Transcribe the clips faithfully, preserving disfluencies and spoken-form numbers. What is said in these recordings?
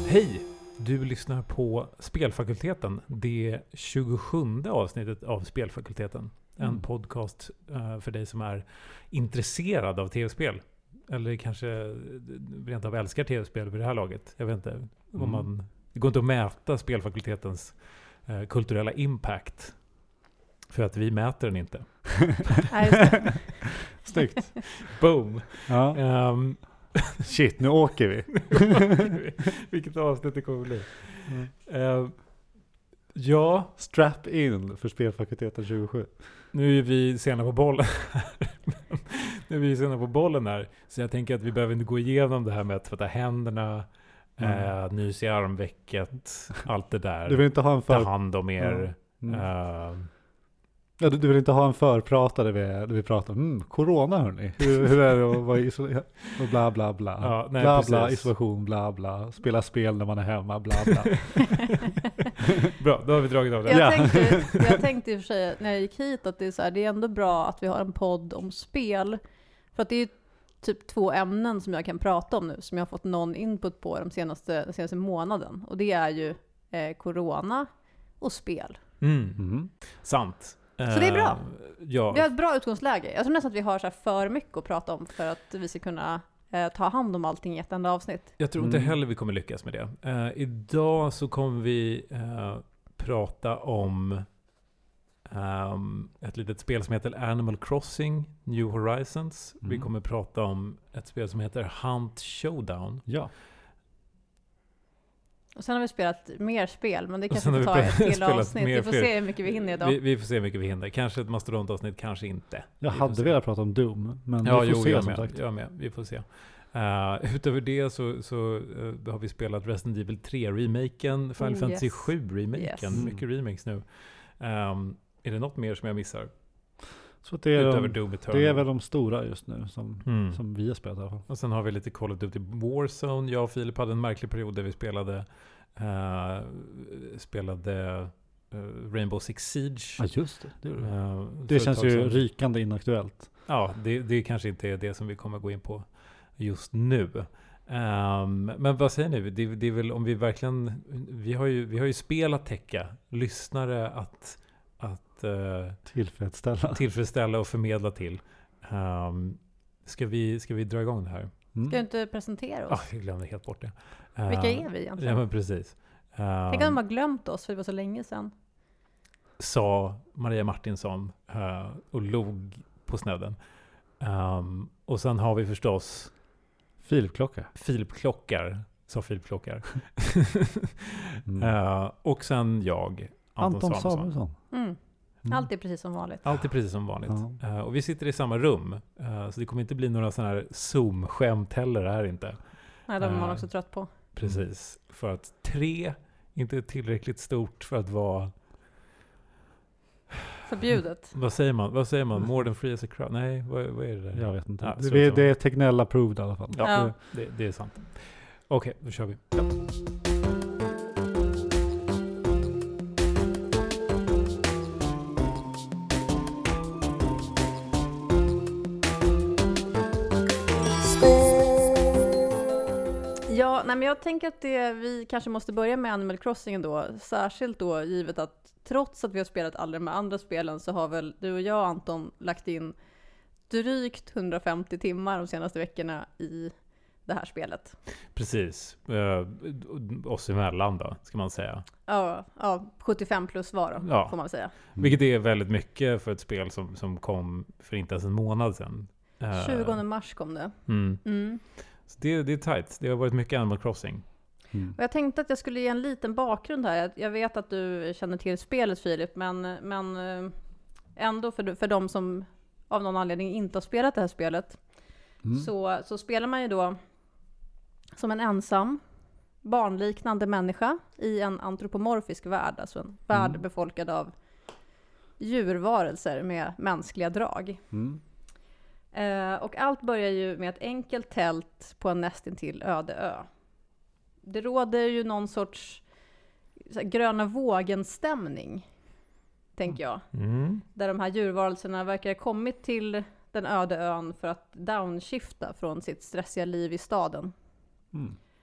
Hej! Du lyssnar på Spelfakulteten, det tjugosjunde avsnittet av Spelfakulteten. En mm. podcast uh, för dig som är intresserad av tv-spel. Eller kanske rent av älskar tv-spel vid det här laget. Jag vet inte. Mm. Om man, det går inte att mäta Spelfakultetens uh, kulturella impact. För att vi mäter den inte. Snyggt. Boom. Ja. Um, Shit, nu åker vi. Vilket avsnitt det kommer bli. Mm. Uh, ja. Strap in för Spelfakulteten tjugosju. Nu är vi sena på bollen. nu är vi sena på bollen här. Så jag tänker att vi behöver inte gå igenom det här med att tvätta händerna. Mm. Uh, nys i armvecket. Allt det där. Du vill inte ha en för... Ta hand om er. Mm. Uh, Ja, du, du vill inte ha en förprata där vi, där vi pratar om mm, corona hörni. Hur, hur är det att vara isolerad? Och bla bla bla. Ja, nej, bla precis. bla, isolation, bla bla. Spela spel när man är hemma, bla bla. Bra, då har vi dragit av det. Jag, Ja. tänkte, jag tänkte i och för sig när jag gick hit att det är, så här, det är ändå bra att vi har en podd om spel. För att det är ju typ två ämnen som jag kan prata om nu. Som jag har fått någon input på de senaste, den senaste månaden. Och det är ju eh, corona och spel. Mm. Mm. Sant. Så det är bra. Uh, ja. Vi har ett bra utgångsläge. Jag tror nästan att vi har så här för mycket att prata om för att vi ska kunna eh, ta hand om allting i ett enda avsnitt. Jag tror inte Mm. heller vi kommer lyckas med det. Uh, idag så kommer vi uh, prata om um, ett litet spel som heter Animal Crossing New Horizons. Mm. Vi kommer prata om ett spel som heter Hunt Showdown. Ja. Och sen har vi spelat mer spel, men det Och kanske sen har får vi ta ett till spelat avsnitt. mer Vi får fler. se hur mycket vi hinner idag. Vi, vi får se hur mycket vi hinner. Kanske ett mastodontavsnitt, kanske inte. Jag Vi får hade se. velat prata om Doom, men Ja, vi får jo, se jag som med. sagt. Jag med. Vi får se. Uh, utöver det så, så uh, har vi spelat Resident Evil tre-remaken, Final Oh, Fantasy yes. sju-remaken. Yes. Mycket remakes nu. Um, är det något mer som jag missar? Så att det, är Utöver de, Doom Eternal. det är väl de stora just nu som, Mm. som vi har spelat i alla fall. Och sen har vi lite Call of Duty Warzone. Jag och Filip hade en märklig period där vi spelade uh, spelade uh, Rainbow Six Siege. Ja, just det. Det, gjorde vi. Uh, det för känns ett tag ju sedan. rykande inaktuellt. Ja, det, det kanske inte är det som vi kommer gå in på just nu. Um, men vad säger ni? Det, det är väl om vi verkligen... Vi har ju, vi har ju spel att täcka. Lyssnare att, att uh, Tillfredsställa. tillfredsställa och förmedla till. Um, ska, vi, ska vi dra igång det här? Mm. Ska du inte presentera Ah, oss? jag glömde helt bort det. Uh, Vilka är vi egentligen? Ja, men precis. Um, Tänk att de har glömt oss för det var så länge sedan. sa Maria Martinsson uh, och log på snöden. Um, och sen har vi förstås Filipklocka. Filip Klockar, sa Filip Klockar. Mm. uh, och sen jag, Anton, Anton Samuelsson. Samuelsson. Mm. Mm. Allt är precis som vanligt. Allt är precis som vanligt. Ja. Uh, och vi sitter i samma rum. Uh, så det kommer inte bli några sådana här Zoom-skämt heller här inte. Nej, de är man Eh. också trött på. Precis. För att tre inte är tillräckligt stort för att vara... Förbjudet. Vad säger man? Vad säger man? More than free as a crowd? Nej, vad, vad är det där? Jag vet inte. Ja, det, så- det, så. det är Tegnell approved i alla fall. Ja, Ja. Det, det är sant. Okej, då kör vi. Ja, nej, men jag tänker att det, vi kanske måste börja med Animal Crossing ändå. Särskilt då givet att trots att vi har spelat alla de andra spelen så har väl du och jag, Anton, lagt in drygt hundrafemtio timmar de senaste veckorna i det här spelet. Precis. Uh, oss emellan då, ska man säga. Ja, ja sjuttiofem plus var då, Ja. får man säga. Mm. Vilket är väldigt mycket för ett spel som, som kom för inte ens en månad sedan. Uh, tjugonde mars kom det. Mm. Mm. Så det, det är tajt. Det har varit mycket Animal Crossing. Mm. Och jag tänkte att jag skulle ge en liten bakgrund här. Jag- Jag vet att du känner till spelet, Filip, men, men eh, ändå för, för de som av någon anledning inte har spelat det här spelet Mm. så, så spelar man ju då som en ensam barnliknande människa i en antropomorfisk värld, alltså en värld Mm. befolkad av djurvarelser med mänskliga drag. Mm. Eh, och allt börjar ju med ett enkelt tält på en nästintill öde ö. Det råder ju någon sorts så här, gröna vågen-stämning, tänker jag. Mm. Där de här djurvarelserna verkar ha kommit till den öde ön för att downshifta från sitt stressiga liv i staden. Mm.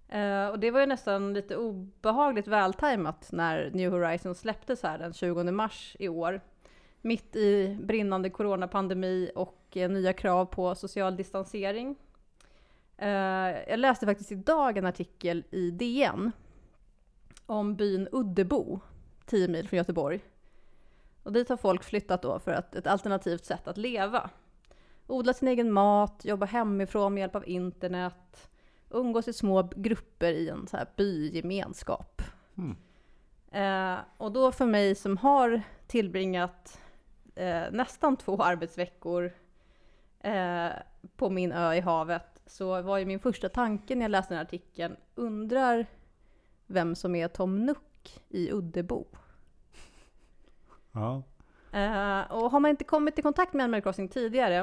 Uh, och det var ju nästan lite obehagligt vältajmat när New Horizons släpptes här den tjugonde mars i år. Mitt i brinnande coronapandemi och uh, nya krav på social distansering. Uh, jag läste faktiskt idag en artikel i D N om byn Uddebo, tio mil från Göteborg. Och dit har folk flyttat då för att ett alternativt sätt att leva. Odla sin egen mat, jobba hemifrån med hjälp av internet, umgås i små grupper i en så här bygemenskap. Mm. Eh, och då för mig som har tillbringat eh, nästan två arbetsveckor eh, på min ö i havet, så var ju min första tanke när jag läste den här artikeln, undrar vem som är Tom Nook i Uddebo. Ja. Eh, och har man inte kommit i kontakt med Animal Crossing tidigare,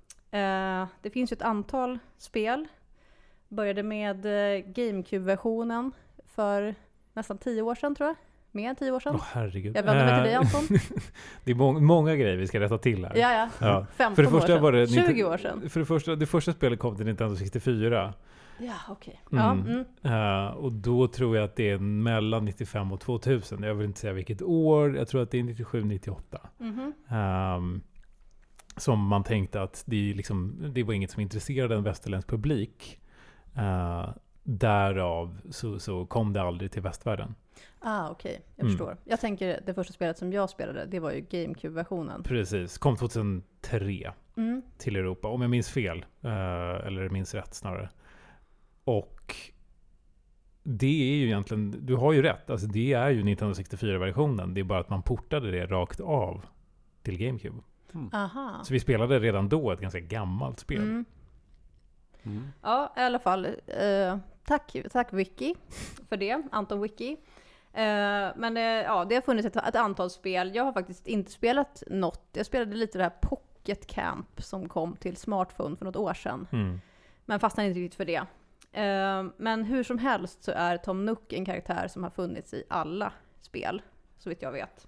eh, det finns ju ett antal spel. Började med eh, GameCube-versionen för nästan tio år sedan, tror jag. Mer än tio år sedan. Åh, herregud. Jag vänder mig till dig, Anton. Det är må- många grejer vi ska rätta till här. Ja, ja. Ja. femton För det första år sedan. var det tjugo år sedan. För det första, det första spelet kom till Nintendo sextiofyra. Ja, okej. Okay. Mm. Ja, mm. Uh, och då tror jag att det är mellan nittiofem och tvåtusen. Jag vill inte säga vilket år. Jag tror att det är nittiosju nittioåtta. Mm-hmm. Um, som man tänkte att det, liksom, det var inget som intresserade en västerländsk publik. Uh, därav så, så kom det aldrig till västvärlden. Ah, okej. Okay. Jag mm. förstår. Jag tänker det första spelet som jag spelade, det var ju GameCube-versionen. Precis. Kom tjugohundratre mm. till Europa. Om jag minns fel. Uh, eller minns rätt snarare. Och det är ju egentligen, du har ju rätt, alltså det är ju Nintendo sextiofyra-versionen. Det är bara att man portade det rakt av till GameCube. Mm. Aha. Så vi spelade redan då ett ganska gammalt spel. Mm. Mm. Ja, i alla fall. Eh, tack, tack Wiki för det, Anton Wiki. Eh, men eh, ja, det har funnits ett, ett antal spel. Jag har faktiskt inte spelat något. Jag spelade lite det här Pocket Camp som kom till smartphone för något år sedan. Mm. Men fastnade inte riktigt för det. Uh, men hur som helst så är Tom Nook en karaktär som har funnits i alla spel, så vitt jag vet.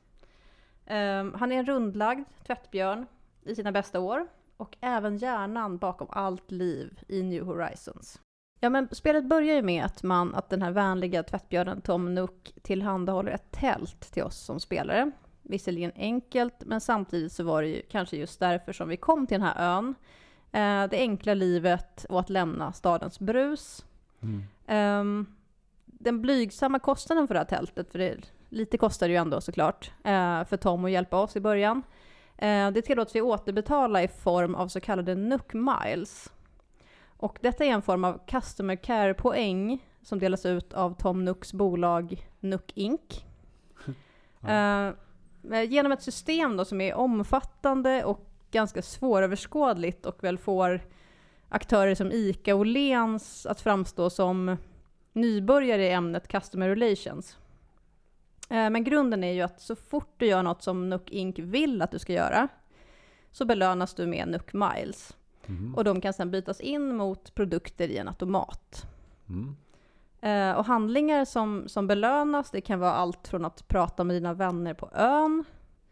Uh, han är en rundlagd tvättbjörn i sina bästa år och även hjärnan bakom allt liv i New Horizons. Ja, men spelet börjar ju med att, man, att den här vänliga tvättbjörnen Tom Nook tillhandahåller ett tält till oss som spelare. Visserligen enkelt, men samtidigt så var det ju kanske just därför som vi kom till den här ön. Det enkla livet och att lämna stadens brus. Mm. Um, den blygsamma kostnaden för det här tältet, för det, lite kostar det ju ändå såklart, uh, för Tom att hjälpa oss i början. Uh, det tillåts vi återbetala i form av så kallade Nook Miles. Och detta är en form av Customer Care-poäng som delas ut av Tom Nooks bolag Nook Incorporated. Ja. Uh, genom ett system då som är omfattande och ganska svåröverskådligt och väl får aktörer som ICA och Lens att framstå som nybörjare i ämnet Customer Relations. Eh, men grunden är ju att så fort du gör något som Nook Incorporated vill att du ska göra så belönas du med Nook Miles. Mm. Och de kan sedan bytas in mot produkter i en automat. Mm. Eh, och handlingar som, som belönas, det kan vara allt från att prata med dina vänner på ön.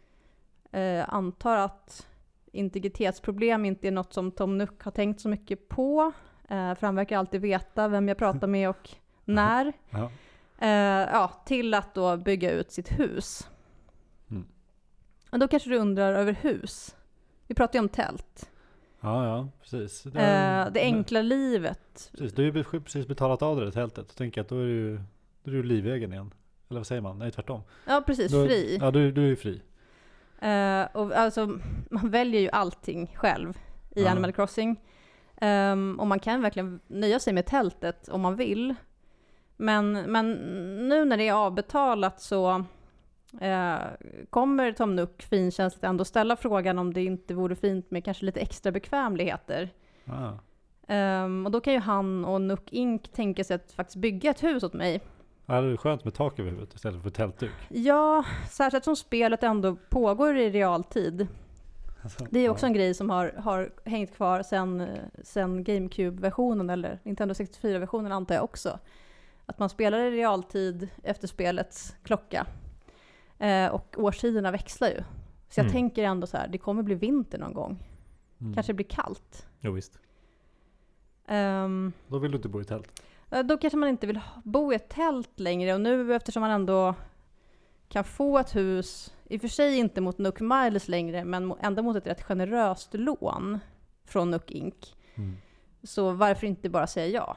Eh, antar att integritetsproblem inte är något som Tom Nook har tänkt så mycket på. Eh, för han verkar alltid veta vem jag pratar med och när. Ja. Eh, ja, till att då bygga ut sitt hus. Mm. Och då kanske du undrar över hus. Vi pratar ju om tält. Ja, ja, precis. Det, är, eh, det enkla livet. Precis, du har ju precis betalat av det där tältet. Så tänker jag att då är du, då är du livegen igen. Eller vad säger man? Nej, tvärtom. Ja, precis. Då, fri. Ja, du, du är fri. Uh, och alltså, man väljer ju allting själv i ja. Animal Crossing. Um, och man kan verkligen nöja sig med tältet om man vill. Men, men nu när det är avbetalat så uh, kommer Tom Nook finkänsligt ändå ställa frågan om det inte vore fint med kanske lite extra bekvämligheter. Ah. Um, och då kan ju han och Nook Incorporated tänka sig att faktiskt bygga ett hus åt mig. Ja, det är skönt med tak över huvudet istället för tältduk. Ja, särskilt som spelet ändå pågår i realtid. Alltså, det är också ja. en grej som har, har hängt kvar sen, sen GameCube-versionen eller Nintendo sextiofyra-versionen antar jag också. Att man spelar i realtid efter spelets klocka. Eh, och årstiderna växlar ju. Så jag mm. tänker ändå så här, det kommer bli vinter någon gång. Mm. Kanske blir kallt. Jo, visst. Um, Då vill du inte bo i tält. Då kanske man inte vill ha- bo i ett tält längre. Och nu eftersom man ändå kan få ett hus, i och för sig inte mot Nook Miles längre, men mo- ändå mot ett rätt generöst lån från Nook Incorporated. Mm. Så varför inte bara säga ja?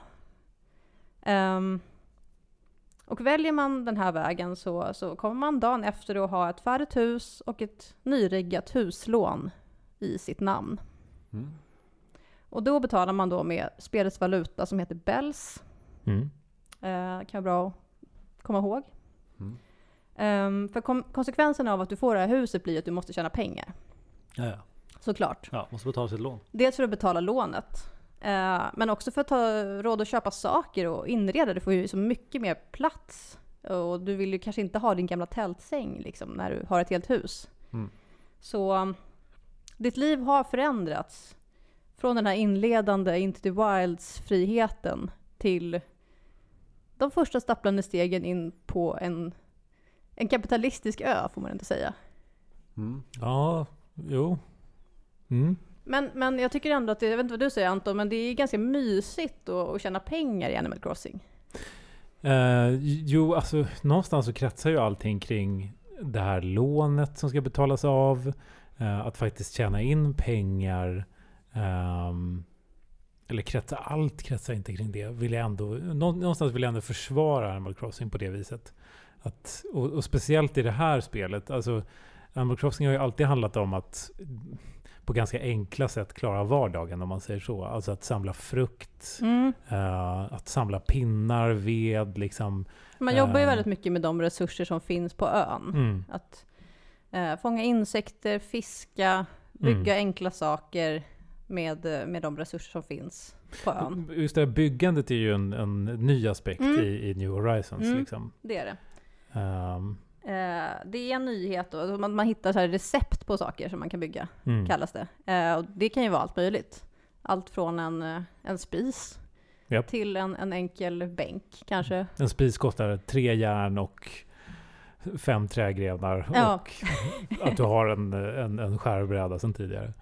Ehm, och väljer man den här vägen så, så kommer man dagen efter att ha ett färdigt hus och ett nyriggat huslån i sitt namn. Mm. Och då betalar man då med spelets valuta som heter Bells. Mm. Eh, kan vara bra att komma ihåg. Mm. Ehm, för kom- konsekvensen av att du får det här huset blir att du måste tjäna pengar. Ja, ja. Såklart. Ja, måste betala sitt lån. Dels för att betala lånet. Eh, men också för att ha råd att köpa saker och inreda. Du får ju så mycket mer plats. Och du vill ju kanske inte ha din gamla tältsäng liksom, när du har ett helt hus. Mm. Så um, ditt liv har förändrats. Från den här inledande Into the Wilds-friheten till de första stapplande stegen in på en, en kapitalistisk ö, får man inte säga. Mm. Ja, jo. Mm. Men, men jag tycker ändå att det, jag vet inte vad du säger Anton, men det är ganska mysigt att, att tjäna pengar i Animal Crossing. Eh, jo, alltså någonstans så kretsar ju allting kring det här lånet som ska betalas av. Eh, att faktiskt tjäna in pengar. ehm, eller kretsar, allt kretsar inte kring det. Vill jag ändå, nå- någonstans vill jag ändå försvara Animal Crossing på det viset. Att, och, och speciellt i det här spelet. Alltså, Animal Crossing har ju alltid handlat om att på ganska enkla sätt klara vardagen, om man säger så. Alltså att samla frukt, Mm. eh, att samla pinnar, ved, liksom. Man jobbar ju Eh. väldigt mycket med de resurser som finns på ön. Mm. Att eh, fånga insekter, fiska, bygga Mm. enkla saker med, eh, med de resurser som finns på ön. Just det här byggandet är ju en, en ny aspekt Mm. i, i New Horizons. Mm. Liksom. Det är det. Ehm, Eh, det är en nyhet då. Alltså Man, man hittar så här recept på saker som man kan bygga, mm. kallas det. Eh, och det kan ju vara allt möjligt. Allt från en, eh, en spis Japp. till en, en enkel bänk kanske. En spis kostar tre järn och fem trägrenar. Ja. Och att du har en, en, en skärbräda sedan tidigare.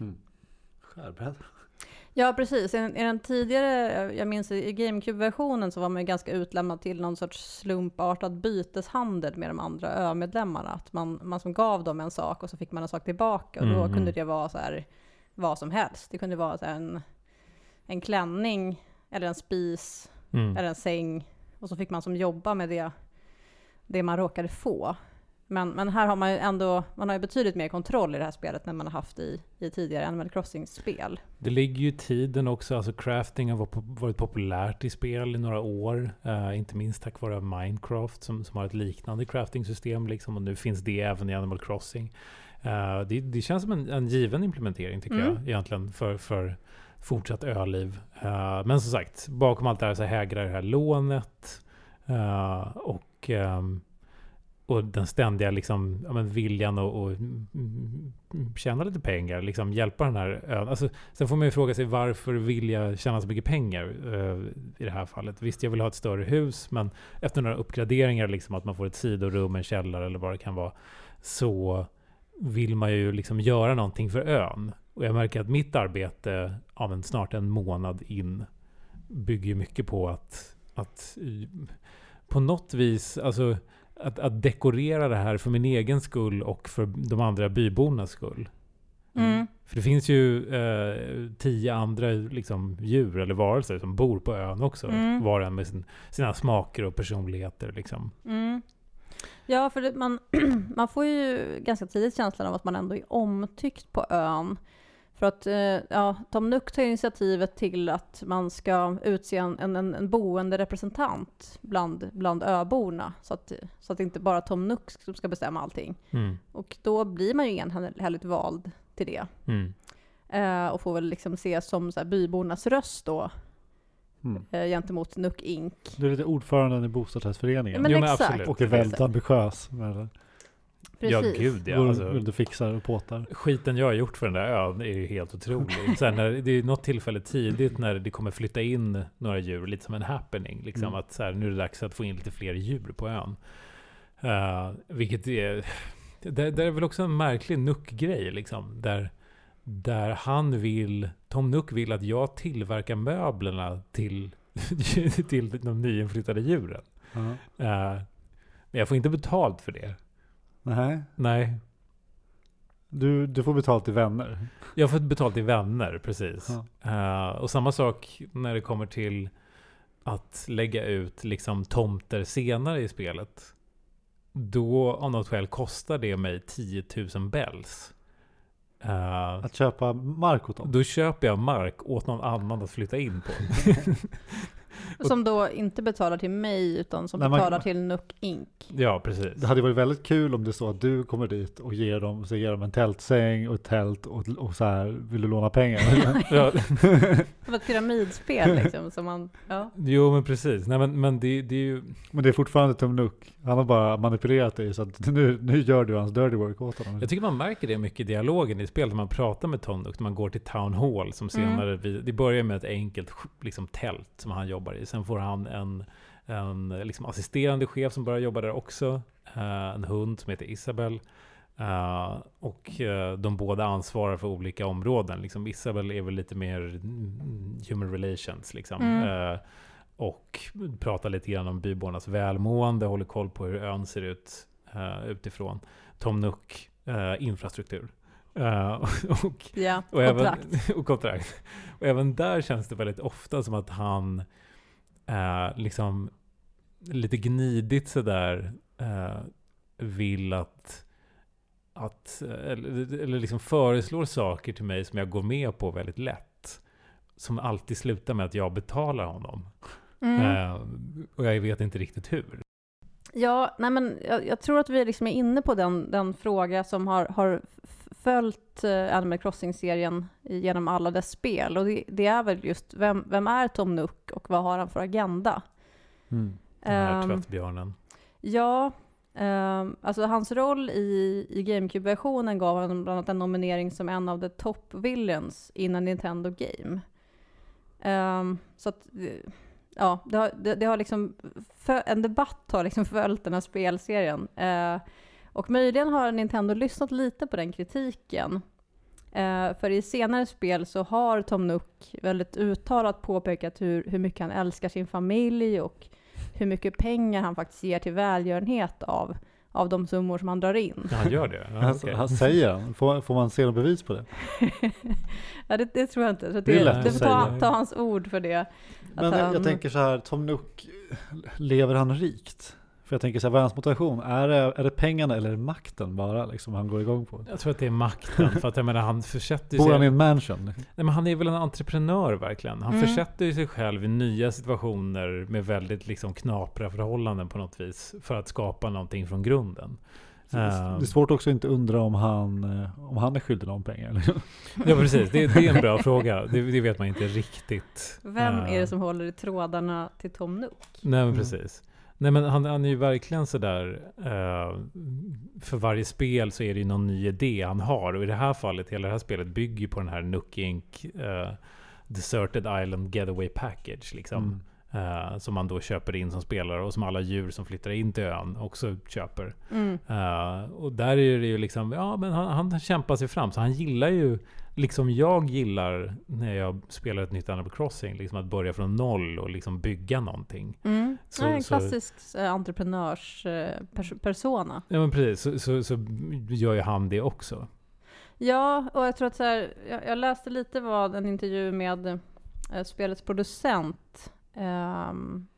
Skärbräda. Ja, precis. I, I den tidigare, jag minns i GameCube-versionen så var man ju ganska utlämnad till någon sorts slumpartad byteshandel med de andra ö-medlemmarna. Att man, man som gav dem en sak och så fick man en sak tillbaka. Och då Mhm. kunde det vara så här vad som helst. Det kunde vara så här en, en klänning eller en spis Mm. eller en säng. Och så fick man som jobba med det, det man råkade få. Men, men här har man ju ändå, man har ju betydligt mer kontroll i det här spelet än man har haft i, i tidigare Animal Crossing-spel. Det ligger ju i tiden också. Alltså crafting har varit- varit populärt i spel i några år. Eh, inte minst tack vare Minecraft som, som har ett liknande crafting-system. Liksom, och nu finns det även i Animal Crossing. Eh, det, det känns som en, en given implementering tycker Mm. jag egentligen för, för fortsatt öliv. Eh, men som sagt, bakom allt det här så hägrar det här lånet. Eh, och... ehm, och den ständiga liksom, ja, men viljan att och, mm, tjäna lite pengar, liksom hjälpa den här ön. Alltså, sen får man ju fråga sig varför vill jag tjäna så mycket pengar eh, i det här fallet. Visst, jag vill ha ett större hus, men efter några uppgraderingar, liksom att man får ett sidorum, en källare eller vad det kan vara, så vill man ju liksom göra någonting för ön. Och jag märker att mitt arbete av en snart en månad in bygger mycket på att, att på något vis, alltså Att, att dekorera det här för min egen skull och för de andra bybornas skull. Mm. För det finns ju eh, tio andra liksom, djur eller varelser som bor på ön också. Mm. Var och en med sin, sina smaker och personligheter. Liksom. Mm. Ja, för det, man, man får ju ganska tidigt känslan av att man ändå är omtyckt på ön. För att eh, ja, Tom Nook tar initiativet till att man ska utse en, en, en boende representant bland, bland öborna. Så att, så att det inte bara Tom Nook som ska bestämma allting. Mm. Och då blir man ju enhälligt vald till det. Mm. Eh, och får väl liksom ses som så här, bybornas röst då. Mm. Eh, gentemot Nook Incorporated. Du är lite ordföranden i bostadsrättsföreningen. Men Jo, men exakt. absolut. Och är väldigt ambitiös med det. Ja, Precis. gud ja. Går- Alltså, Du fixar och påtar. skiten jag har gjort för den där ön är ju helt otrolig. Sen när, det är något tillfälle tidigt när det kommer flytta in några djur, lite som en happening. Liksom, Mm. att så här, nu är det dags att få in lite fler djur på ön. Uh, vilket är... Det, det är väl också en märklig Nook-grej. Liksom, där, där han vill... Tom Nook vill att jag tillverkar möblerna till till de nyinflyttade djuren. Ja. Uh, men jag får inte betalt för det. Nej. Nej. Du, du får betalt till vänner. Jag får betalt till vänner, precis. Ja. Uh, och samma sak när det kommer till att lägga ut liksom tomter senare i spelet. Då av något skäl kostar det mig tio tusen bells. Uh, Att köpa mark åt dem. då köper jag mark åt någon annan att flytta in på. Som då inte betalar till mig utan som Nej, man- betalar till Nook Incorporated. Ja, precis. Det hade varit väldigt kul om det står att du kommer dit och ger dem, så ger dem en tältsäng och ett tält och, och så här, vill du låna pengar? Ja. Det var ett pyramidspel liksom. Som man, ja. Jo, men precis. Nej, men, men det, det är ju... Men det är fortfarande Tom Nook. Han har bara manipulerat dig så att nu, nu gör du hans dirty work åt honom. Jag tycker man märker det mycket i dialogen i spelet när man pratar med Tom Nook, när man går till Town Hall som senare, Mm. vi, det börjar med ett enkelt liksom, tält som han jobbar i. Sen får han en, en liksom, assisterande chef som börjar jobba där också. Uh, en hund som heter Isabel. Uh, och uh, de båda ansvarar för olika områden. Liksom, Isabel är väl lite mer mm, human relations. Liksom. Mm. Uh, och pratar lite grann om bybornas välmående, håller koll på hur ön ser ut uh, utifrån. Tom Nook, uh, infrastruktur. Uh, och, Ja, och, även, kontrakt. och kontrakt. Och även där känns det väldigt ofta som att han uh, liksom lite gnidigt sådär uh, vill att att eller, eller liksom föreslår saker till mig som jag går med på väldigt lätt. Som alltid slutar med att jag betalar honom. Mm. Uh, och jag vet inte riktigt hur. Ja, nej men jag, jag tror att vi liksom är inne på den, den fråga som har, har f- följt eh, Animal Crossing-serien genom alla dess spel. Och det, det är väl just, vem, vem är Tom Nook och vad har han för agenda? Mm. Den här Ehm, tvättbjörnen. Ja, ehm, alltså hans roll i, i GameCube-versionen gav honom bland annat en nominering som en av the top villains in a Nintendo game. Ehm, så att, eh, ja, det har, det, det har liksom, för, en debatt har liksom följt den här spelserien. Eh, och möjligen har Nintendo lyssnat lite på den kritiken. Eh, för i senare spel så har Tom Nook väldigt uttalat påpekat hur, hur mycket han älskar sin familj och hur mycket pengar han faktiskt ger till välgörenhet av, av de summor som han drar in. Ja, han gör det. Ja, Han, okej. han säger han. Får, får man se något bevis på det? Ja, det, det tror jag inte. Så Det är det, lätt det att får ta, säga. ta hans ord för det. Men Att jag, han- jag tänker så här, Tom Nook, lever han rikt? För jag tänker så här, vad är hans motivation? Är det, är det pengarna eller är det makten bara liksom han går igång på? Jag tror att det är makten. För att jag menar, han försätter Bor han i sig... en mansion? Nej, men han är väl en entreprenör verkligen. Han Mm. försätter ju sig själv i nya situationer med väldigt liksom knapra förhållanden på något vis. För att skapa någonting från grunden. Så Det Ehm. är svårt också att inte undra om han, eh, om han är skyldig någon pengar. Liksom. Ja, precis. Det, det är en bra fråga. Det, det vet man inte riktigt. Vem Eh, är det som håller i trådarna till Tom Nook? Nej, men Mm. precis. Nej, men han, han är ju verkligen sådär... Uh, för varje spel så är det ju någon ny idé han har. Och i det här fallet, hela det här spelet bygger ju på den här Nook Incorporated uh, Deserted Island Getaway Package. Liksom. Mm. Uh, som man då köper in som spelare och som alla djur som flyttar in till ön också köper. Mm. Uh, och där är det ju liksom, ja men han, han kämpar sig fram. Så han gillar ju, liksom jag gillar när jag spelar ett nytt Animal Crossing, liksom att börja från noll och liksom bygga någonting. Mm. Så- Nej, en så- klassisk eh, entreprenörs eh, pers- persona. Ja men precis, så, så, så gör ju han det också. Ja, och jag tror att så här, jag, jag läste lite vad en intervju med eh, spelets producent, ehm,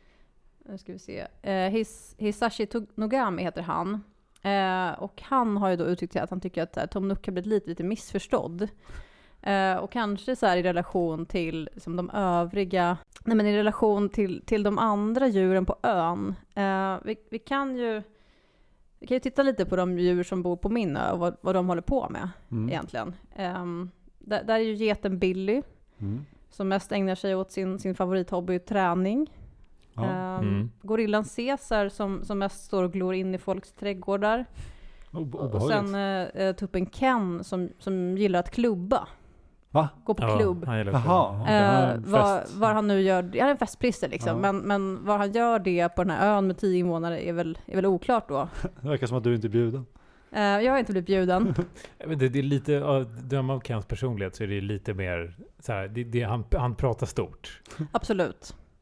nu ska vi se, eh, His, Hisashi Tog- Nogami heter han. Eh, och han har ju då uttryckt att han tycker att så här, Tom Nook har blivit lite, lite missförstådd. Eh, och kanske så här i relation till som de övriga, nej men i relation till, till de andra djuren på ön. Eh, vi, vi kan ju vi kan ju titta lite på de djur som bor på min ö och vad, vad de håller på med Mm. egentligen. Um, där, där är ju geten Billy Mm. som mest ägnar sig åt sin, sin favorithobby, träning. Ja. Um, Mm. Gorillan Caesar som, som mest står och glor in i folks trädgårdar. Ob- Och, och obehagligt. sen uh, tuppen Ken som, som gillar att klubba. Va? Gå på Ja, klubb. han gillar Jaha. okej, Eh, han har en var, fest. var han nu gör det, han är en festprisse liksom, Ja. men, men var han gör det på den här ön med tio invånare är väl, är väl oklart då. Det verkar som att du inte är bjuden. Eh, jag har inte blivit bjuden. Men det, det är lite, av döma av Kens personlighet så är det lite mer så här, det, det, han, han pratar stort. Absolut.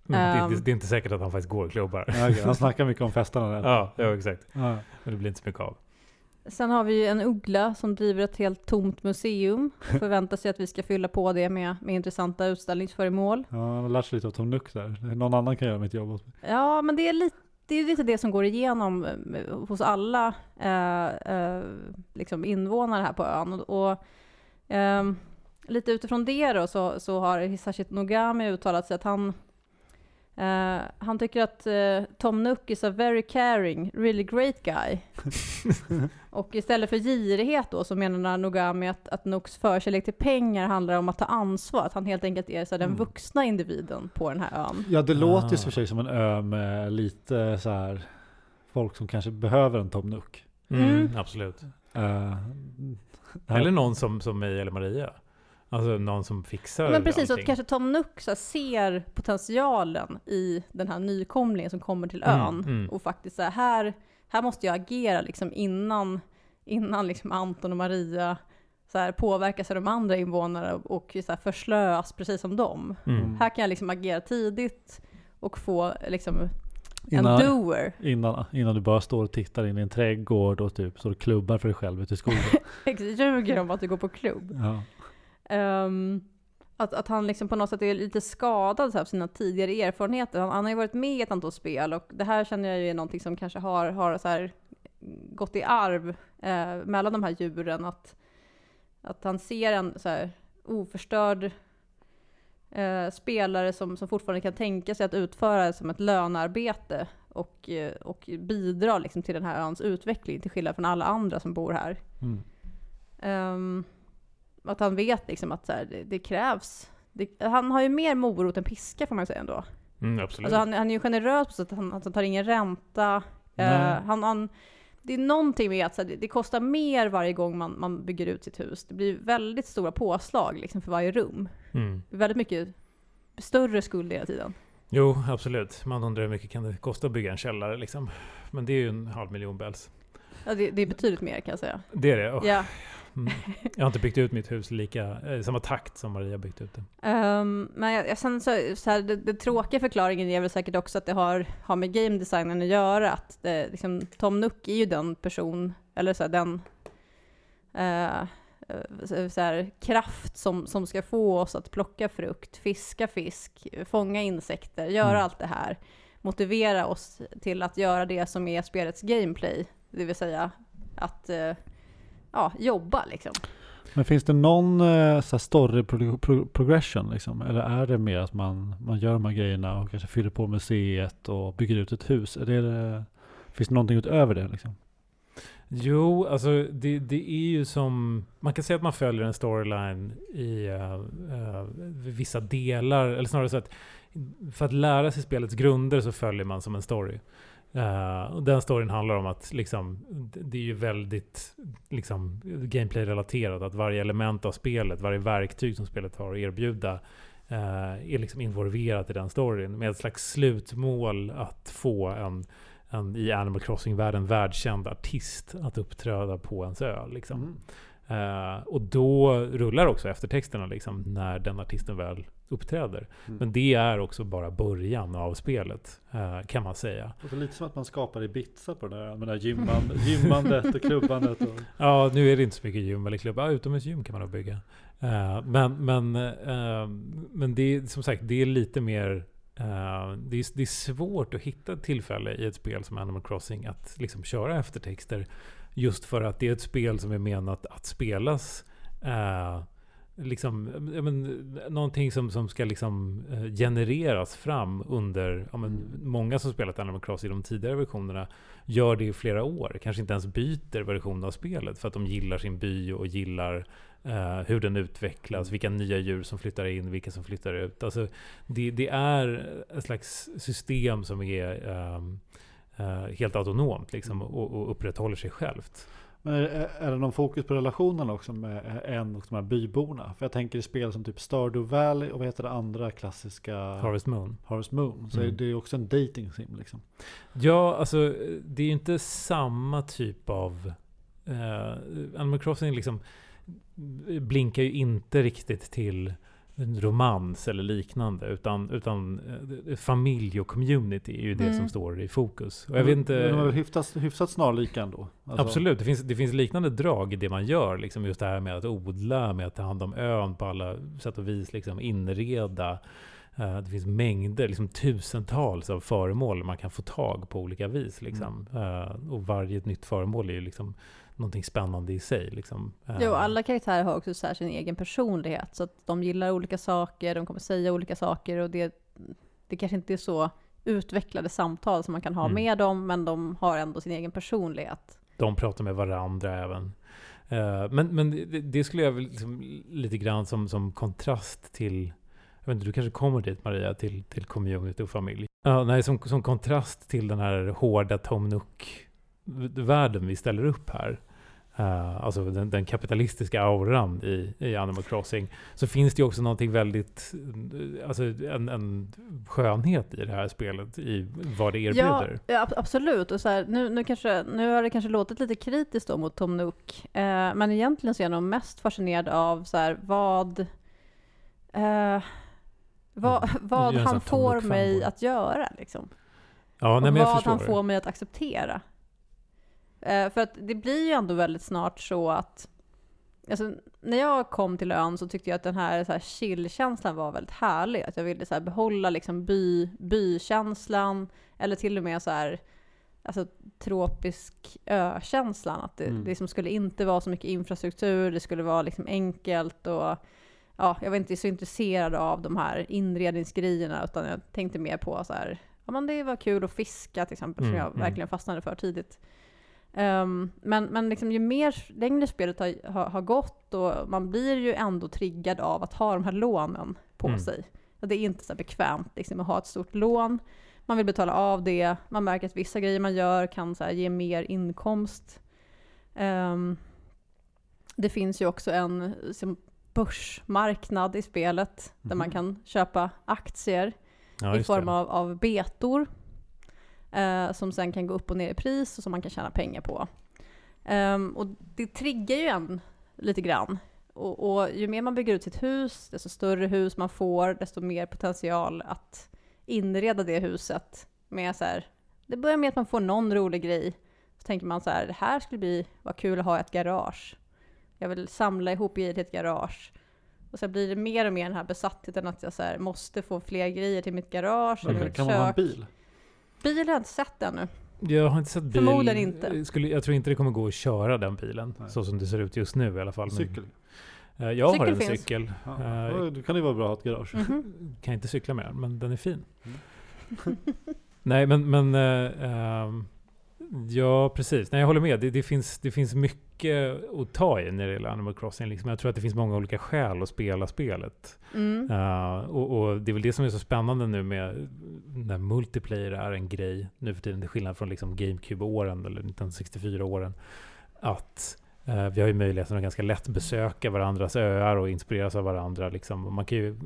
Men Um, det, det, det är inte säkert att han faktiskt går och klubbar. Ja, okay. Han snackar mycket om festerna där. Ja, ja, exakt. Ja. Men det blir inte så mycket av. Sen har vi ju en uggla som driver ett helt tomt museum. Förväntar sig att vi ska fylla på det med, med intressanta utställningsföremål. Ja, han har lärt sig lite av Tom Nook där. Någon annan kan göra mitt jobb åt mig. Ja, men det är lite det, är lite det som går igenom eh, hos alla eh, eh, liksom invånare här på ön. Och, och eh, lite utifrån det då så, så har Hisashi Nogami uttalat sig att han Uh, han tycker att uh, Tom Nook is a very caring, really great guy. Och istället för girighet då så menar Nogami att, att Nooks förkärlek till pengar handlar om att ta ansvar. Att han helt enkelt är så här, den Mm. vuxna individen på den här ön. Ja, det Ah. låter ju för sig som en ö med lite så här folk som kanske behöver en Tom Nook. Mm, Mm. Absolut. Uh, Eller någon som, som mig eller Maria. Alltså någon som fixar Men precis, allting. att kanske Tom Nook så här, ser potentialen i den här nykomlingen som kommer till ön. Mm, mm. Och faktiskt så här, här, här måste jag agera liksom innan, innan liksom Anton och Maria så här, påverkas av de andra invånarna och så här, förslöas precis som dem. Mm. Här kan jag liksom agera tidigt och få liksom en innan, doer. innan, innan du bara står och tittar in i en trädgård och typ står och klubbar för dig själv ute i skogen. Ljuger om att du går på klubb. Ja. Um, att, att han liksom på något sätt är lite skadad så här, av sina tidigare erfarenheter. Han, han har ju varit med i ett antal spel och det här känner jag ju är någonting som kanske har, har så här, gått i arv eh, mellan de här djuren. Att, att han ser en så här, oförstörd eh, spelare som, som fortfarande kan tänka sig att utföra det som ett lönearbete och, eh, och bidra liksom, till den här öns utveckling till skillnad från alla andra som bor här. Mm. Um, att han vet liksom att så här, det, det krävs. Det, han har ju mer morot än piska får man säga ändå. Mm, absolut. Alltså han, han är ju generös på så att han, han tar ingen ränta. Uh, han, han, det är någonting med att så här, det, det kostar mer varje gång man, man bygger ut sitt hus. Det blir väldigt stora påslag liksom, för varje rum. Mm. Det är väldigt mycket större skuld hela tiden. Jo, absolut. Man undrar hur mycket kan det kosta att bygga en källare liksom. Men det är ju en halv miljon bells. Ja, det, det är betydligt mer kan jag säga. Det är det. Oh. Ja. Mm. Jag har inte byggt ut mitt hus lika, eh, samma takt som Maria byggt ut det. Um, men jag, jag, sen så, så här, det, det tråkiga förklaringen är väl säkert också att det har, har med game designen att göra. Att det, liksom, Tom Nook är ju den person, eller så här, den uh, så, så här, kraft som, som ska få oss att plocka frukt, fiska fisk, fånga insekter, göra Mm. allt det här. Motivera oss till att göra det som är spelets gameplay. Det vill säga att uh, ja, jobba liksom. Men finns det någon eh, så här story pro- pro- progression liksom? Eller är det mer att man, man gör de här grejerna och kanske fyller på museet och bygger ut ett hus? Är det, det, finns det någonting utöver det liksom? Jo, alltså det, det är ju som... Man kan säga att man följer en storyline i uh, uh, vissa delar. Eller snarare så att för att lära sig spelets grunder så följer man som en story. Uh, och den storyn handlar om att liksom, det är ju väldigt liksom, gameplay-relaterat. Att varje element av spelet, varje verktyg som spelet har att erbjuda uh, är liksom involverat i den storyn. Med ett slags slutmål att få en, en i Animal Crossing-världen världskänd artist att uppträda på ens ö. Liksom. Mm. Uh, och då rullar också eftertexterna liksom, när den artisten väl uppträder. Mm. Men det är också bara början av spelet, uh, kan man säga. Och det är lite som att man skapar i Ibiza på det där, med det där gymmand, gymmandet och klubbandet. Och... Ja, nu är det inte så mycket gym eller klubb. Ja, utomhusgym kan man nog bygga. Uh, men men, uh, men det är som sagt, det är lite mer uh, det, är, det är svårt att hitta ett tillfälle i ett spel som Animal Crossing att liksom köra eftertexter. Just för att det är ett spel som är menat att spelas uh, liksom, ja, men, någonting som, som ska liksom, uh, genereras fram under ja, men, många som spelat Animal Crossing i de tidigare versionerna gör det i flera år. Kanske inte ens byter version av spelet för att de gillar sin by och gillar uh, hur den utvecklas, vilka nya djur som flyttar in, vilka som flyttar ut. Alltså, det, det är ett slags system som är um, uh, helt autonomt liksom, och, och upprätthåller sig självt. Men är, är det någon fokus på relationen också med en och de här byborna? För jag tänker i spel som typ Stardew Valley och vad heter det andra klassiska? Harvest Moon. Harvest Moon. Så Mm. är det är också en dating sim liksom. Ja, alltså det är ju inte samma typ av uh, Animal Crossing liksom blinkar ju inte riktigt till en romans eller liknande, utan, utan eh, familj och community är ju det Mm. som står i fokus. Och jag vet inte, Men de är väl hyfsat, hyfsat snarlika ändå? Alltså, absolut, det finns, det finns liknande drag i det man gör. Liksom just det här med att odla, med att ta hand om ön på alla sätt och vis, liksom inreda. Uh, det finns mängder, liksom tusentals av föremål man kan få tag på olika vis. Liksom. Mm. Uh, och varje nytt föremål är ju liksom någonting spännande i sig. Liksom. Uh, Jo, alla karaktärer har också så här sin egen personlighet. Så att de gillar olika saker, de kommer säga olika saker. Och det, det kanske inte är så utvecklade samtal som man kan ha Mm. med dem. Men de har ändå sin egen personlighet. De pratar med varandra även. Uh, men men det, det skulle jag väl liksom, lite grann som, som kontrast till... Jag vet inte, du kanske kommer dit, Maria, till, till community och familj. Ja, nej, som, som kontrast till den här hårda Tom Nook-världen vi ställer upp här. Uh, alltså den, den kapitalistiska auran i, i Animal Crossing. Så finns det ju också någonting väldigt, alltså en, en skönhet i det här spelet, i vad det erbjuder. Ja, ja absolut. Och så här, nu, nu, kanske, nu har det kanske låtit lite kritiskt då mot Tom Nook. Eh, men egentligen så är jag nog mest fascinerad av så här, vad... Eh, vad, Mm. vad Du är en han sån Tom får Nook mig fanboy. att göra liksom. Ja, nej, Och men jag vad förstår han det. får mig att acceptera. Eh, för att det blir ju ändå väldigt snart så att alltså, när jag kom till ön så tyckte jag att den här, så här chill-känslan var väldigt härlig. Att jag ville så här, behålla liksom by, bykänslan eller till och med så här, alltså, tropisk ö-känslan. Att det, Mm. det liksom skulle inte vara så mycket infrastruktur, det skulle vara liksom enkelt och ja, jag var inte så intresserad av de här inredningsgrejerna utan jag tänkte mer på så här, ja men det var kul att fiska till exempel Mm, som jag mm. verkligen fastnade för tidigt. Um, men men liksom, ju mer längre spelet har, har, har gått och man blir ju ändå triggad av att ha de här lånen på Mm. sig. Och det är inte så bekvämt liksom, att ha ett stort lån. Man vill betala av det. Man märker att vissa grejer man gör kan så här, ge mer inkomst. Um, det finns ju också en som, börsmarknad i spelet där Mhm. man kan köpa aktier Ja, i just form det. av, av betor eh, som sen kan gå upp och ner i pris och som man kan tjäna pengar på. Ehm, och det triggar ju en lite grann. Och, och ju mer man bygger ut sitt hus, desto större hus man får, desto mer potential att inreda det huset med så här. Det börjar med att man får någon rolig grej. Så tänker man så här, det här skulle bli, vad kul att ha ett garage. Jag vill samla ihop grejer till ett garage. Och så blir det mer och mer den här besattheten att jag så här, måste få fler grejer till mitt garage eller Kan, mitt kan man ha en kök. bil? Bil har jag inte sett ännu. Jag har inte sett bil. Förmodligen inte. Skulle, jag tror inte det kommer gå att köra den bilen. Nej. Så som det ser ut just nu i alla fall. Men, Cykel? eh, jag Cykel har en finns. cykel. Ja. Eh, Då- Då kan det vara bra att ha ett garage. Mhm. kan inte cykla med den, men den är fin. Mm. Nej, men, men eh, ehm, ja, precis. Nej, jag håller med. Det, det, finns, det finns mycket att ta i när det gäller Animal Crossing. Liksom. Jag tror att det finns många olika skäl att spela spelet. Mm. Uh, och, och det är väl det som är så spännande nu med när multiplayer är en grej nu för tiden, till skillnad från liksom GameCube-åren eller nittonhundrasextiofyra-åren. Att uh, vi har ju möjligheten att ganska lätt besöka varandras öar och inspireras av varandra. Liksom. Och man kan ju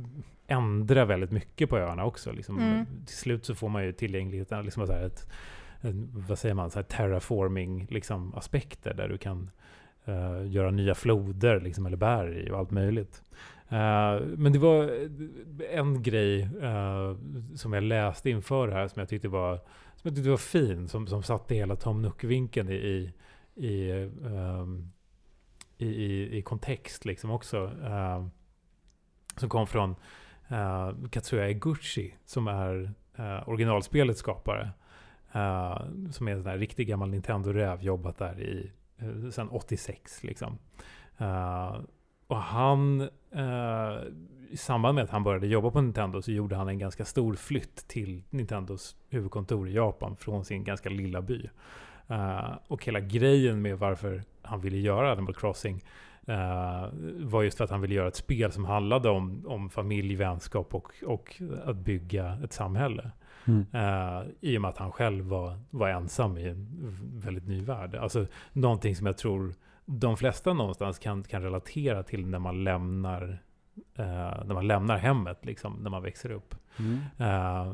ändra väldigt mycket på öarna också. Liksom. Mm. Till slut så får man ju tillgängligheten, liksom så här ett, en, vad säger man, så här terraforming liksom, aspekter där du kan uh, göra nya floder liksom, eller berg och allt möjligt. Uh, men det var en grej uh, som jag läste inför här som jag tyckte var, som jag tyckte var fin, som, som satte hela Tom Nook-vinkeln i, i, i, um, i, i, i kontext liksom också. Uh, som kom från uh, Katsuya Eguchi som är uh, originalspelets skapare. Uh, som är en sån här riktig gammal Nintendo-räv, jobbat där i uh, sedan åttiosex liksom. Uh, och han, uh, i samband med att han började jobba på Nintendo så gjorde han en ganska stor flytt till Nintendos huvudkontor i Japan från sin ganska lilla by. Uh, och hela grejen med varför han ville göra Animal Crossing uh, var just för att han ville göra ett spel som handlade om, om familj, vänskap och, och att bygga ett samhälle. Mm. Uh, I och med att han själv var, var ensam i en väldigt ny värld. Alltså någonting som jag tror de flesta någonstans kan, kan relatera till när man lämnar uh, när man lämnar hemmet liksom, när man växer upp. Mm. Uh,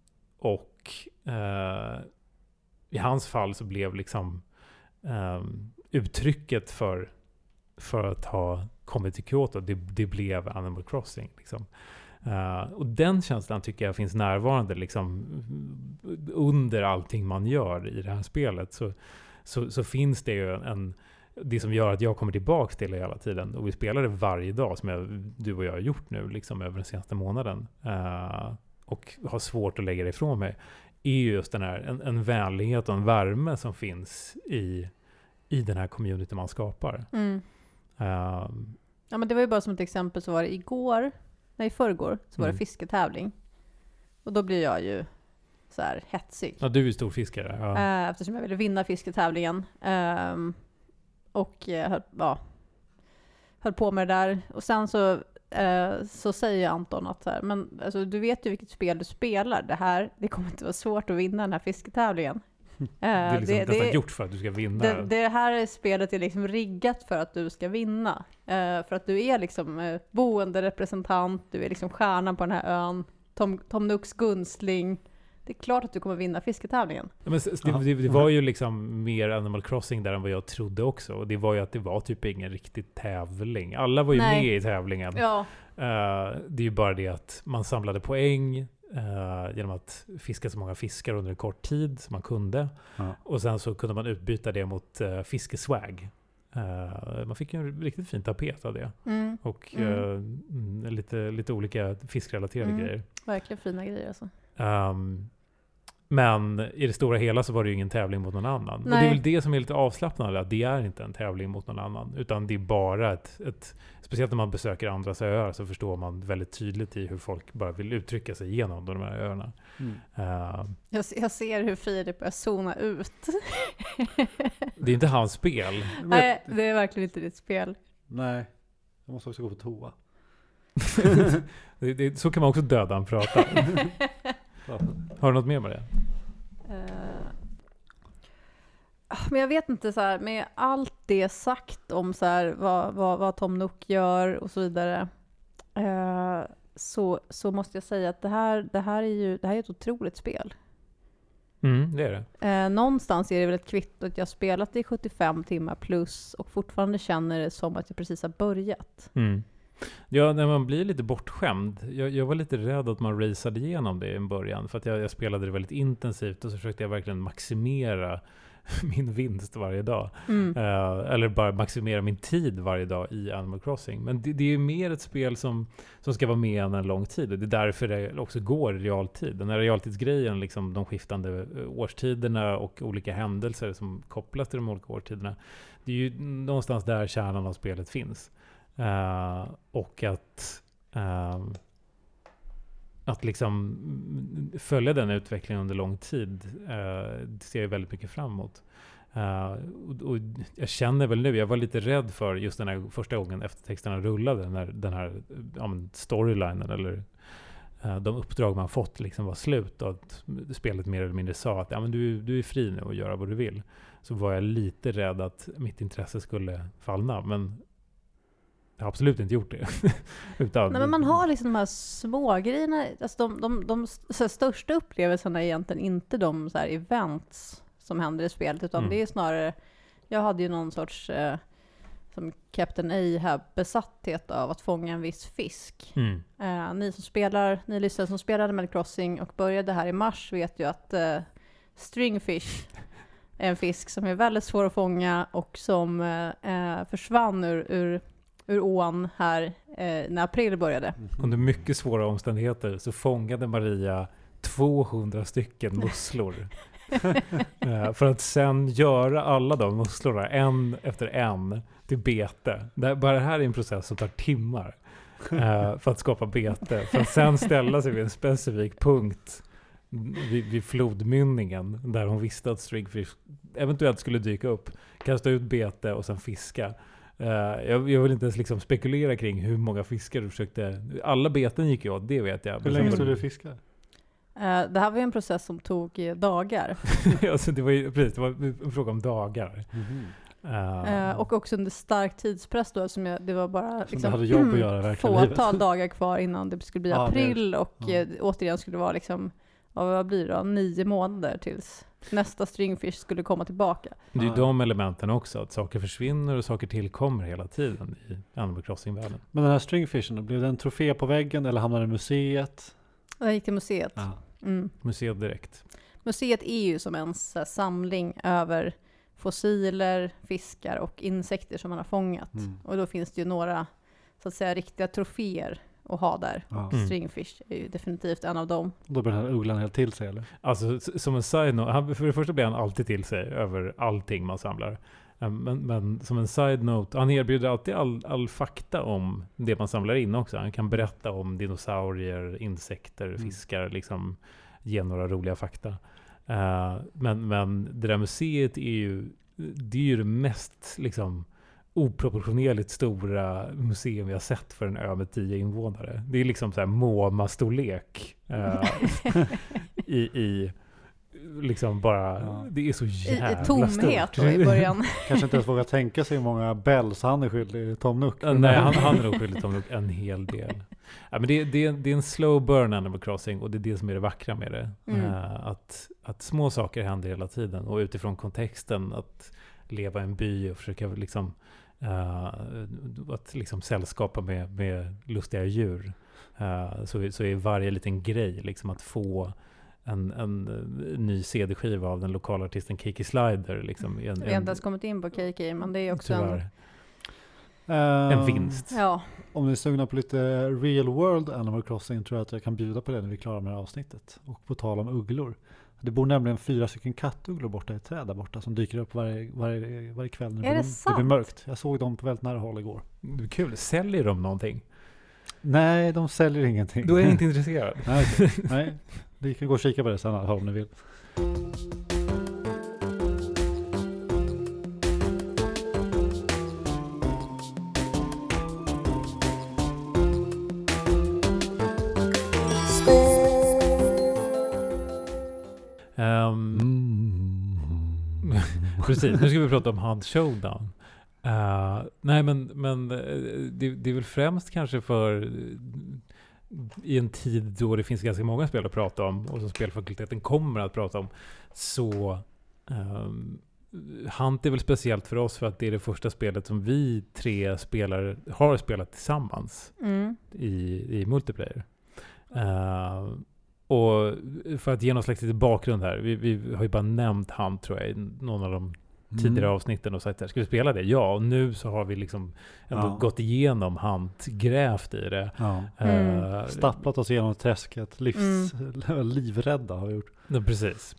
och uh, i hans fall så blev liksom um, uttrycket för för att ha kommit till Kyoto. Det, det blev Animal Crossing. Liksom. Uh, och den känslan tycker jag finns närvarande liksom, under allting man gör i det här spelet. Så, så, så finns det ju en... Det som gör att jag kommer tillbaka till det hela tiden. Och vi spelar det varje dag som jag, du och jag har gjort nu liksom, över den senaste månaden. Uh, och har svårt att lägga det ifrån mig. Är just den här, en, en vänlighet och en värme som finns i, i den här community man skapar. Mm. Uh, ja, men det var ju bara som ett exempel, så var det igår, nej, i förrgår, så var Mm. det fisketävling. Och då blir jag ju så här hetsig. ja, du är stor fiskare. Ja. Eh, eftersom jag ville vinna fisketävlingen. Ehm, och eh, höll, ja, höll på med det där. Och sen så, eh, så säger Anton att så här, men alltså, du vet ju vilket spel du spelar. Det här, det kommer inte vara svårt att vinna den här fisketävlingen. Eh, Det är liksom det- nästan det- gjort för att du ska vinna. Det, det här spelet är liksom riggat för att du ska vinna. Eh, för att du är liksom eh, boenderepresentant, du är liksom stjärnan på den här ön. Tom, Tom Nooks gunstling. Det är klart att du kommer vinna fisketävlingen. Ja, men s- det, det, det var ju liksom mer Animal Crossing där än vad jag trodde också. Och det var ju att det var typ ingen riktig tävling. Alla var ju Nej. med i tävlingen. Ja, Eh, det är ju bara det att man samlade poäng eh, genom att fiska så många fiskar under en kort tid som man kunde. Ja. Och sen så kunde man utbyta det mot uh, fiskeswag. Eh, man fick ju en riktigt fin tapet av det. mm, Och Mm. eh, mm, lite, lite olika fiskrelaterade Mm. grejer. verkligen fina grejer alltså. Um, men i det stora hela så var det ju ingen tävling mot någon annan. Och det Nej. är väl det som är lite avslappnande, att det är inte en tävling mot någon annan. Utan det är bara ett, ett speciellt när man besöker andras öar så förstår man väldigt tydligt i hur folk bara vill uttrycka sig genom de här öarna. Mm. Uh, Jag, jag ser hur Filip börjar zona ut. det är inte hans spel. Nej, det är verkligen inte ditt spel. Nej, jag måste också gå på toa. det, det, så kan man också döda en prata. Har du något mer med det? Eh, Men jag vet inte, så här, med allt det sagt om så här, vad, vad, vad Tom Nook gör och så vidare, eh, så, så måste jag säga att det här, det här är ju det här är ett otroligt spel. Mm, det är det. Eh, någonstans är det väl ett kvitto att jag har spelat i sjuttiofem timmar plus och fortfarande känner det som att jag precis har börjat. Mm. Ja, när man blir lite bortskämd. Jag, jag var lite rädd att man raceade igenom det i början. För att jag, jag spelade det väldigt intensivt och så försökte jag verkligen maximera min vinst varje dag. Mm. Uh, eller bara maximera min tid varje dag i Animal Crossing. Men det, det är ju mer ett spel som, som ska vara med en lång tid. Och det är därför det också går i realtid. Den här realtidsgrejen, liksom de skiftande årstiderna och olika händelser som kopplas till de olika årstiderna. Det är ju någonstans där kärnan av spelet finns. Uh, och att uh, att liksom följa den utvecklingen under lång tid uh, det ser jag väldigt mycket fram emot. Uh, och, och jag känner väl nu, jag var lite rädd för just den här första gången eftertexterna rullade, när den här ja, storylinen eller uh, de uppdrag man fått liksom var slut och att spelet mer eller mindre sa att ja, men du, du är fri nu att göra vad du vill. Så var jag lite rädd att mitt intresse skulle fallna, men jag har absolut inte gjort det. Utan, Nej, men man har liksom de här små grejerna, alltså de, de, de så här, största upplevelserna är egentligen inte de så här events som händer i spelet, utan Mm. det är snarare, jag hade ju någon sorts eh, som Captain Ahab besatthet av att fånga en viss fisk. Mm. Eh, ni som spelar, ni lyssnare som spelade Animal Crossing och började här i mars vet ju att eh, stringfish är en fisk som är väldigt svår att fånga och som eh, försvann ur, ur ur ån här eh, när april började. Under mycket svåra omständigheter så fångade Maria tvåhundra stycken musslor. eh, för att sen göra alla de musslorna en efter en till bete. Det, bara det här är en process som tar timmar eh, för att skapa bete. För att sen ställa sig vid en specifik punkt vid, vid flodmynningen där hon visste att stringfish eventuellt skulle dyka upp, kasta ut bete och sen fiska. Uh, jag, jag vill inte ens liksom spekulera kring hur många fiskar du försökte. Alla beten gick ju åt, det vet jag. Hur länge stod du fiska? Eh, det här var ju en process som tog eh, dagar. alltså, det var ju precis, det var en fråga om dagar. Mm-hmm. Uh, Eh, och också under stark tidspress då, som jag, det var bara Som liksom, du hade jobb att göra verkligen. fåtal dagar kvar innan det skulle bli Ja, det- april och ja. eh, återigen skulle vara liksom vad, vad blir det då? Nio månader tills nästa Stringfish skulle komma tillbaka. Det är ju de elementen också, att saker försvinner och saker tillkommer hela tiden i Animal Crossing-världen. Men den här Stringfishen, blev det en trofé på väggen eller hamnade den i museet? Jag gick till museet. Ja. Mm. Museet direkt. Museet är ju som en så här, samling över fossiler, fiskar och insekter som man har fångat. Mm. Och då finns det ju några så att säga riktiga troféer att ha där. Ja. Mm. Stringfish är ju definitivt en av dem. Då blir den här ugglan helt till sig, eller? Alltså s- som en side-note, han, för det första blir han alltid till sig över allting man samlar. Um, Men, men som en side-note, han erbjuder alltid all, all fakta om det man samlar in också. Han kan berätta om dinosaurier, insekter, Mm. fiskar, liksom ge några roliga fakta. Uh, men, men det där museet är ju det är ju det mest liksom oproportionerligt stora museum vi har sett för en ö med tio invånare. Det är liksom så här MoMA-storlek uh, i, i liksom bara, Ja. det är så I, jävla i tomhet stort. då, i början. Kanske inte ens vågar tänka sig hur många bells han är skyldig i Tom Nook. Ja, nej, han, han är nog skyldig Tom Nook en hel del. Ja, men det, det, det är en slow burn Animal Crossing och det är det som är det vackra med det. Mm. Uh, att, att små saker händer hela tiden och utifrån kontexten att leva i en by och försöka liksom uh, att liksom sällskapa med, med lustiga djur. Uh, så, så är varje liten grej liksom att få en, en ny C D-skiva av den lokala artisten Kiki Slider. Liksom, en, Vi har inte en, ens kommit in på K K, men det är också en... tyvärr, Ehm, en vinst. Ja, Om ni är sugna på lite real world Animal Crossing tror jag att jag kan bjuda på det när vi är klara med det här avsnittet. Och på tal om ugglor. Det bor nämligen fyra stycken kattugglor borta i ett träd där borta som dyker upp varje, varje, varje kväll när Är det blir, sant? det blir mörkt. Jag såg dem på väldigt nära håll igår. Kul. Säljer de någonting? Nej, de säljer ingenting. Då är jag inte intresserad. Nej, okej. Nej, ni kan gå och kika på det sen om ni vill. Um, Mm. Precis, nu ska vi prata om Hunt Showdown. Uh, nej, men, men uh, det, det är väl främst kanske för uh, i en tid då det finns ganska många spel att prata om och som spelfakulteten kommer att prata om, så um, Hunt är väl speciellt för oss för att det är det första spelet som vi tre spelare har spelat tillsammans mm. i, i multiplayer. Uh, och för att ge någon slags lite bakgrund här, vi, vi har ju bara nämnt Hunt tror jag i någon av de tidigare avsnitten och sagt här, ska vi spela det? Ja, och nu så har vi liksom ändå Ja. gått igenom Hunt, grävt i det. Ja. Mm. Uh, Stapplat oss igenom träsket. Livs, livrädda har vi gjort. Ja, precis.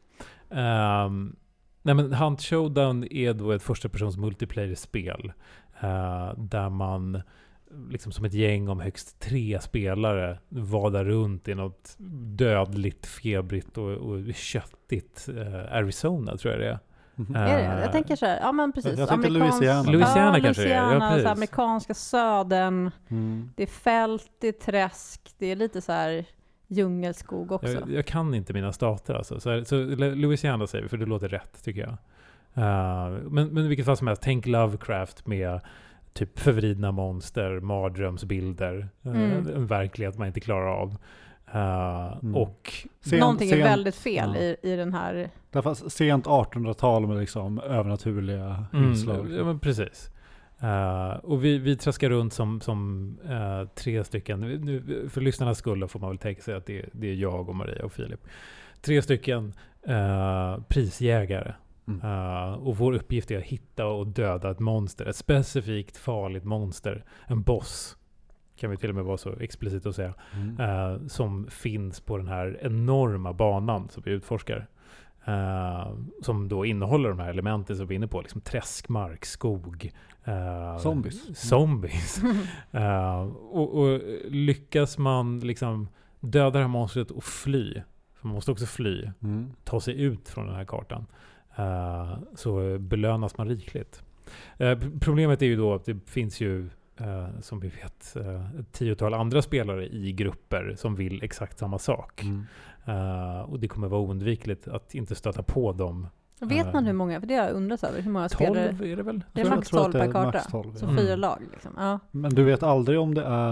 Um, nej, men Hunt Showdown är då ett första persons multiplayer-spel uh, där man liksom som ett gäng om högst tre spelare vadar runt i något dödligt, febrigt och, och köttigt uh, Arizona, tror jag det är. Mhm. Är det? Uh, Jag tänker så här, ja men precis. Jag tänkte Amerikansk- Louisiana. Louisiana ja, kanske det är. Ja, Louisiana, precis. så här, amerikanska södern. Mm. Det är fält, det är träsk, det är lite så här djungelskog också. Jag, jag kan inte mina stater alltså. Så, så Louisiana säger vi, för det låter rätt tycker jag. Uh, men, men i vilket fall som helst, tänk Lovecraft med typ förvridna monster, mardrömsbilder, uh, Mm. en verklighet man inte klarar av. Uh, Mm. Och Sen- Någonting sent- är väldigt fel ja. i, i den här... Därför sent artonhundratal med liksom övernaturliga mm, inslag. ja, men precis. Uh, och vi, vi traskar runt som, som uh, tre stycken. Nu, för lyssnarnas skull får man väl tänka sig att det, det är jag och Maria och Filip. Tre stycken uh, prisjägare. Mm. Uh, och vår uppgift är att hitta och döda ett monster. Ett specifikt farligt monster. En boss. Kan vi till och med vara så explicit att säga. Mm. Uh, som finns på den här enorma banan som vi utforskar. Uh, som då innehåller de här elementen som vi är inne på. Liksom träskmark, skog. Uh, Zombies. Zombies. uh, och, och lyckas man liksom döda det här monstret och fly. För man måste också fly. Mm. Ta sig ut från den här kartan. Uh, så belönas man rikligt. Uh, problemet är ju då att det finns ju uh, som vi vet uh, ett tiotal andra spelare i grupper som vill exakt samma sak. Mm. Uh, och det kommer vara oundvikligt att inte stöta på dem. Vet man hur många? För det har jag undrat över. Hur många spelare? tolv är det väl? Det är Jag max tror att tolv det per är karta. max tolv, Så ja. Mm. fyra lag liksom. Ja. Men du vet aldrig om det är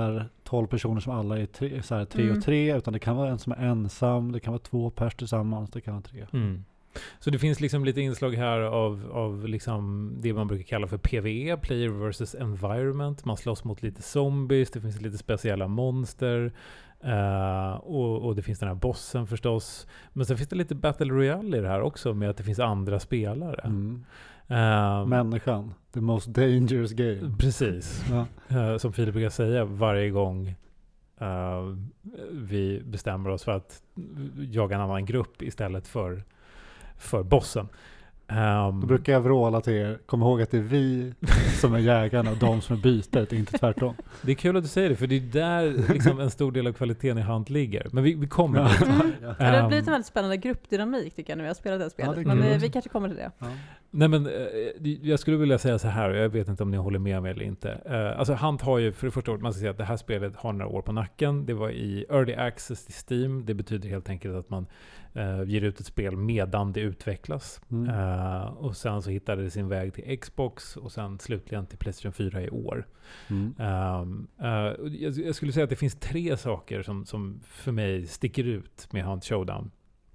tolv personer som alla är tre, så här, tre Mm. och tre, utan det kan vara en som är ensam, det kan vara två pers tillsammans, det kan vara tre. Mm. Så det finns liksom lite inslag här av, av liksom det man brukar kalla för P V E, Player versus Environment. Man slåss mot lite zombies, det finns lite speciella monster. Uh, och, och det finns den här bossen förstås. Men sen finns det lite Battle Royale i det här också, med att det finns andra spelare. Mm. Uh, Människan, the most dangerous game. Precis. Ja. Uh, som Filip brukar säga varje gång uh, vi bestämmer oss för att jaga en annan grupp istället för, för bossen. Um, Då brukar jag vråla till er, kom ihåg att det är vi som är jägarna och de som är bytet, inte tvärtom. Det är kul att du säger det, för det är där liksom en stor del av kvaliteten i Hunt ligger. Men vi, vi kommer Ja. dit. Mm. Ja. Ja, det har Um, blivit en väldigt spännande gruppdynamik tycker jag när vi har spelat det här spelet. Ja, det Men kan eh, jag vi också. kanske kommer till det. Ja. Nej, men eh, jag skulle vilja säga så här, och jag vet inte om ni håller med mig eller inte. Eh, alltså Hunt har ju, för det första året, man ska säga att det här spelet har några år på nacken. Det var i Early Access till Steam. Det betyder helt enkelt att man eh, ger ut ett spel medan det utvecklas. Mm. Eh, och sen så hittade det sin väg till Xbox och sen slutligen till PlayStation fyra i år. Mm. Um, uh, jag, jag skulle säga att det finns tre saker som, som för mig sticker ut med Hunt Showdown.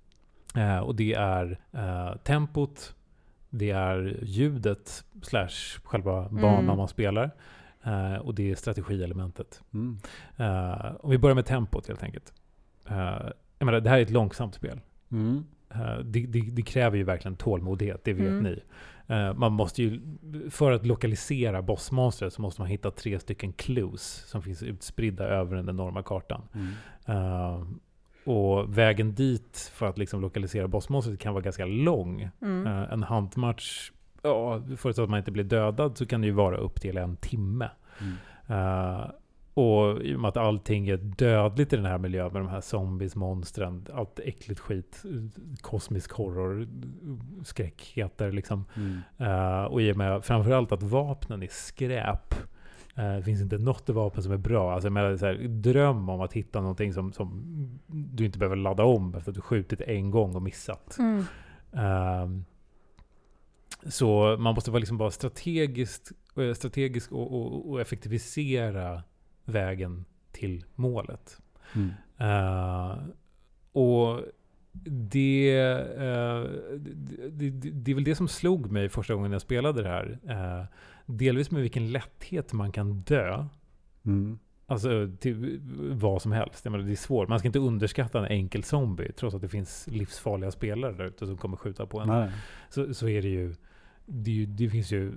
Uh, och det är uh, tempot, det är ljudet slash själva banan Mm. man spelar, uh, och det är strategielementet. Mm. Uh, om vi börjar med tempot helt enkelt. Uh, jag menar, det här är ett långsamt spel. Mm. Uh, det, det, det kräver ju verkligen tålmodighet, det vet Mm. ni. Uh, man måste ju, för att lokalisera bossmonstret så måste man hitta tre stycken clues som finns utspridda över den enorma kartan. Mm. Uh, och vägen dit för att liksom lokalisera bossmonstret kan vara ganska lång. Mm. Uh, en huntmatch, ja, förutsatt att man inte blir dödad, så kan det ju vara upp till en timme. Mm. Uh, och i och med att allting är dödligt i den här miljön med de här zombies, monstren, allt äckligt skit, kosmisk horror, skräck heter liksom. Mm. Uh, och i och med framförallt att vapnen är skräp. Uh, det finns inte något vapen som är bra. Alltså, med så här, dröm om att hitta någonting som, som du inte behöver ladda om efter att du skjutit en gång och missat. Mm. Uh, så man måste vara liksom bara strategiskt, strategisk och, och, och effektivisera vägen till målet. Mm. Uh, och det, uh, det, det, det är väl det som slog mig första gången jag spelade det här. Uh, delvis med vilken lätthet man kan dö. Mm. Alltså till vad som helst. Jag menar, det är svårt. Man ska inte underskatta en enkel zombie, trots att det finns livsfarliga spelare där ute som kommer skjuta på en. Nej. Så, så är det ju Det, är ju, det finns ju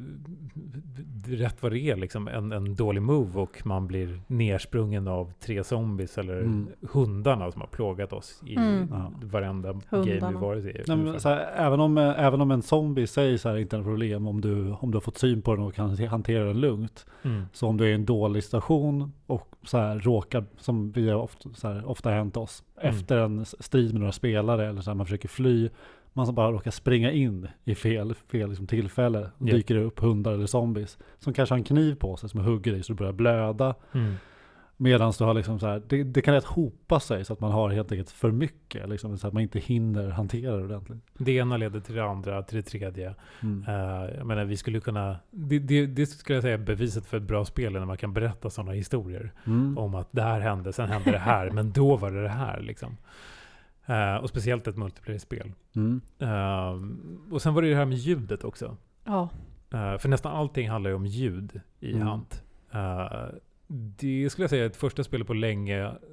rätt vad det är liksom en, en dålig move och man blir nersprungen av tre zombies eller Mm. hundarna som har plågat oss i Mm. Ja. varenda Hundarna. game vi varit i. Nej, men, så här, även, om, eh, även om en zombie säger så här inte är ett problem om du, om du har fått syn på den och kan hantera den lugnt. Mm. Så om du är i en dålig station och så här råkar, som vi har ofta, så här, ofta hänt oss, Mm. efter en strid med några spelare eller så här, man försöker fly, man som bara råkar springa in i fel, fel liksom, tillfälle och Ja. dyker det upp hundar eller zombies som kanske har en kniv på sig som hugger dig så du börjar blöda. Mm. Medan du har liksom så här, det, det kan rätt hopa sig så att man har helt enkelt för mycket liksom, så att man inte hinner hantera det ordentligt. Det ena leder till det andra, till det tredje. Mm. Uh, jag menar, vi skulle kunna... Det, det, det skulle jag säga är beviset för ett bra spel, när man kan berätta sådana historier. Mm. Om att det här hände, sen hände det här, men då var det det här liksom. Uh, och speciellt ett multiplayer-spel. Mm. Uh, och sen var det det här med ljudet också. Ja. Uh, för nästan allting handlar ju om ljud i Mm. Hunt. Uh, det skulle jag säga är ett första spel på länge uh,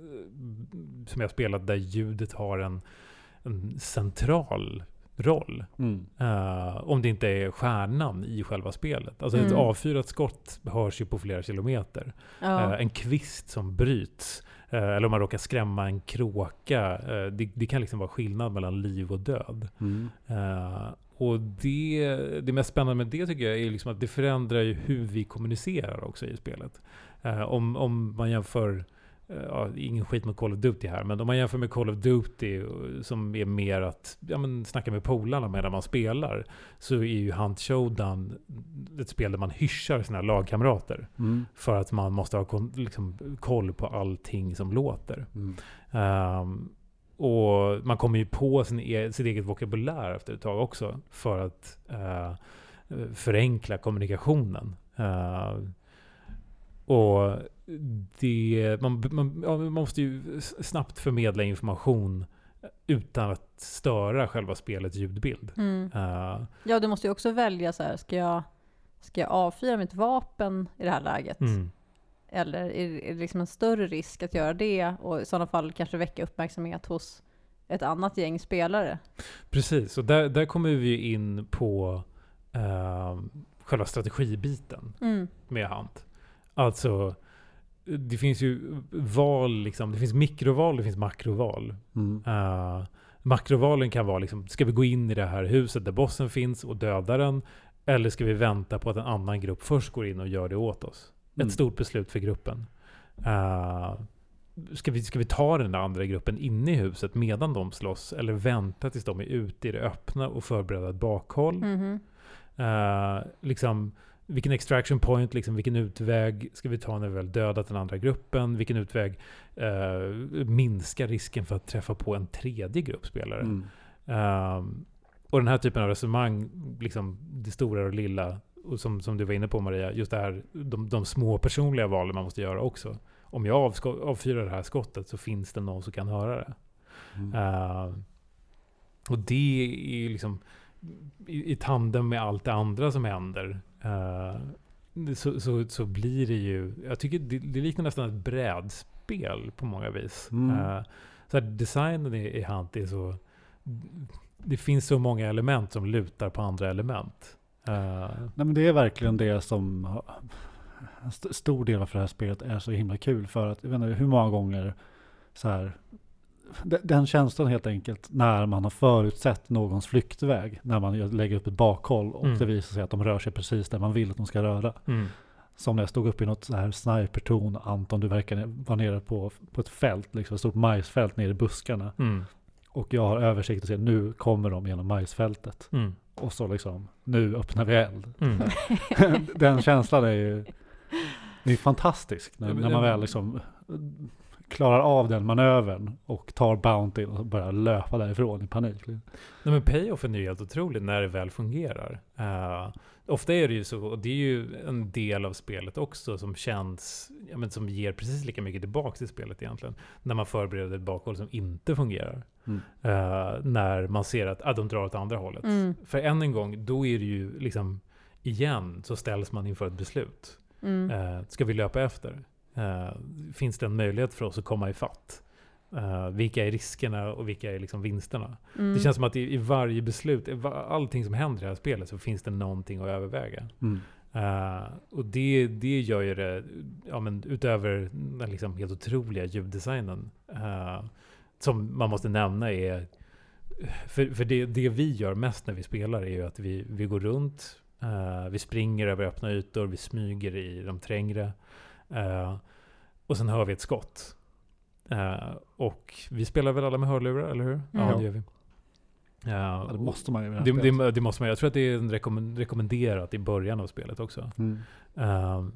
som jag spelat där ljudet har en, en central roll. Mm. Uh, om det inte är stjärnan i själva spelet. Alltså Mm. ett avfyrat skott hörs ju på flera kilometer. Ja. Uh, en kvist som bryts. Uh, eller om man råkar skrämma en kråka. Uh, det, det kan liksom vara skillnad mellan liv och död. Mm. Uh, och det, det mest spännande med det tycker jag är liksom att det förändrar ju hur vi kommunicerar också i spelet. Uh, om, om man jämför, uh, ja, ingen skit med Call of Duty här, men om man jämför med Call of Duty uh, som är mer att ja, men, snacka med polarna medan man spelar, så är ju Hunt Showdown ett spel där man hyschar sina lagkamrater Mm. för att man måste ha kon- liksom, koll på allting som låter. Mm. Um, och man kommer ju på sin e- sitt eget vokabulär efter ett tag också för att uh, förenkla kommunikationen. Uh, och det, man, man, ja, man måste ju snabbt förmedla information utan att störa själva spelets ljudbild. Mm. Uh, ja, du måste ju också välja så här, ska jag, ska jag avfyra mitt vapen i det här läget? mm. Eller är det, är det liksom en större risk att göra det och i sådana fall kanske väcka uppmärksamhet hos ett annat gäng spelare? Precis, och där, där kommer vi in på uh, själva strategibiten Mm. med Hunt. Alltså, det finns ju val, liksom, det finns mikroval, det finns makroval. Mm. Uh, makrovalen kan vara liksom, ska vi gå in i det här huset där bossen finns och döda den? Eller ska vi vänta på att en annan grupp först går in och gör det åt oss? Mm. Ett stort beslut för gruppen. Uh, ska, vi, ska vi ta den där andra gruppen inne i huset medan de slåss? Eller vänta tills de är ute i det öppna och förbereda ett bakhåll? Mhm. Uh, liksom, vilken extraction point, liksom, vilken utväg ska vi ta när vi väl dödat den andra gruppen? Vilken utväg uh, minskar risken för att träffa på en tredje gruppspelare? Mm. Uh, och den här typen av resonemang, liksom det stora och lilla, och som, som du var inne på Maria, just det här, de, de små personliga valen man måste göra också. Om jag avsko- avfyrar det här skottet så finns det någon som kan höra det. Mm. Uh, och det är liksom i, i tandem med allt det andra som händer, uh, så, så, så blir det ju, jag tycker det, det liknar nästan ett brädspel på många vis. Mm. Uh, så här, designen i, i Hunt är så, det finns så många element som lutar på andra element. Uh, Nej, men det är verkligen det som en st- stor del av det här spelet är så himla kul, för att jag vet inte hur många gånger så här, d- den känslan helt enkelt när man har förutsett någons flyktväg, när man lägger upp ett bakhåll och Mm. det visar sig att de rör sig precis där man vill att de ska röra. mm. Som när jag stod upp i något så här snipertorn, Anton, du verkar vara nere på, på ett fält, liksom ett stort majsfält nere i buskarna. Mm. Och jag har översikt och ser, nu kommer de genom majsfältet. Mm. Och så liksom, nu öppnar vi eld. Mm. Den känslan är ju, det är fantastisk när, Ja, men när man det- väl liksom klarar av den manövern och tar Bounty och börjar löpa därifrån i panik. Nej, men payoffen är ju helt otrolig när det väl fungerar. Uh, ofta är det ju så, och det är ju en del av spelet också som känns, ja, men som ger precis lika mycket tillbaka till spelet egentligen. När man förbereder ett bakhåll som inte fungerar. Mm. Uh, när man ser att ah, de drar åt andra hållet. Mm. För än en gång, då är det ju liksom, igen så ställs man inför ett beslut. Mm. Uh, ska vi löpa efter? Uh, finns det en möjlighet för oss att komma i fatt? Uh, vilka är riskerna och vilka är liksom vinsterna? Mm. Det känns som att i, i varje beslut, i va, allting som händer i det här spelet, så finns det någonting att överväga. Mm. Uh, och det, det gör ju det, ja, men utöver den liksom helt otroliga ljuddesignen, uh, som man måste nämna är, för, för det, det vi gör mest när vi spelar är ju att vi, vi går runt, uh, vi springer över öppna ytor, vi smyger i de trängre, uh, och sen hör vi ett skott. Uh, och vi spelar väl alla med hörlurar, eller hur? Ja, Mm. det gör vi. Uh, Ja, det måste man ju. det, det, det måste man. Jag tror att det är en rekommend- rekommenderat i början av spelet också. Mm. Uh,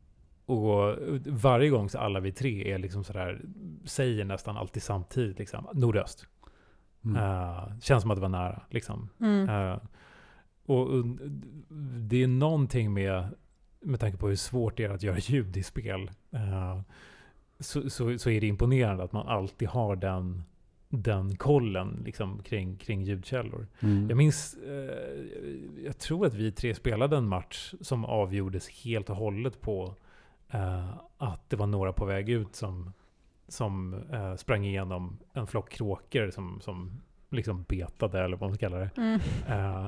och varje gång så alla vi tre är liksom sådär, säger nästan alltid samtidigt liksom, nordöst. Mm. Uh, känns som att det var nära. Liksom. Mm. Uh, och, och det är någonting med, med tanke på hur svårt det är att göra ljud i spel. Uh, så, så, så är det imponerande att man alltid har den, den kollen liksom, kring, kring ljudkällor. Mm. Jag minns, eh, jag tror att vi tre spelade en match som avgjordes helt och hållet på eh, att det var några på väg ut som, som eh, sprang igenom en flock kråkor som, som liksom betade, eller vad man ska kalla det. Mm. Eh,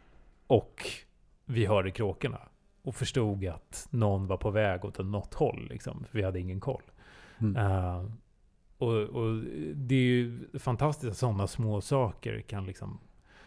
och vi hörde kråkorna och förstod att någon var på väg åt något håll. Liksom, för vi hade ingen koll. Mm. Uh, och, och det är ju fantastiskt att sådana små saker kan liksom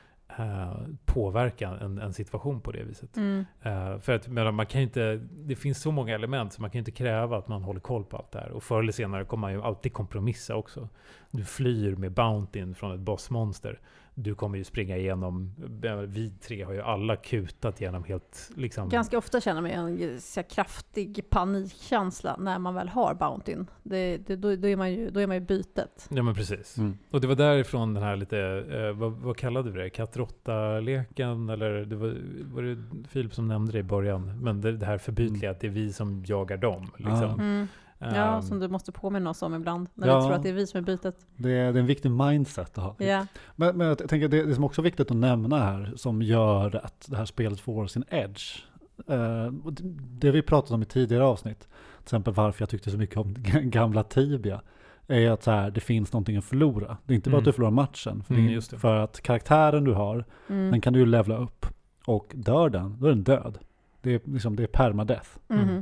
uh, påverka en, en situation på det viset. Mm. Uh, för att men man kan inte, det finns så många element så man kan inte kräva att man håller koll på allt det här. Och förr eller senare kommer man ju alltid kompromissa också. Du flyr med bountyn från ett bossmonster. Du kommer ju springa igenom, vi tre har ju alla kutat genom helt liksom... Ganska ofta känner man en så här kraftig panikkänsla när man väl har bountyn. Det, det, då, då, är man ju, då är man ju bytet. Ja, men precis. Mm. Och det var därifrån den här lite, eh, vad, vad kallade vi det? Katt-råtta-leken? Eller det var, var det Filip som nämnde det i början? Men det, det här förbytliga, att det är vi som jagar dem. Liksom. Ah. Mm. Ja, Um, som du måste påminna oss om ibland. När Ja. vi tror att det är vi som är bytet. Det är, det är en viktig mindset att ha. Ja. Men, men jag tänker det, det som också är viktigt att nämna här, som gör att det här spelet får sin edge. Uh, det vi pratat om i tidigare avsnitt, till exempel varför jag tyckte så mycket om gamla Tibia, är att så här, det finns någonting att förlora. Det är inte bara Mm. att du förlorar matchen. För, Mm, det är- just det. för att karaktären du har, Mm. den kan du ju levla upp. Och dör den, då är den död. Det är, liksom, det är permadeath. Mhm.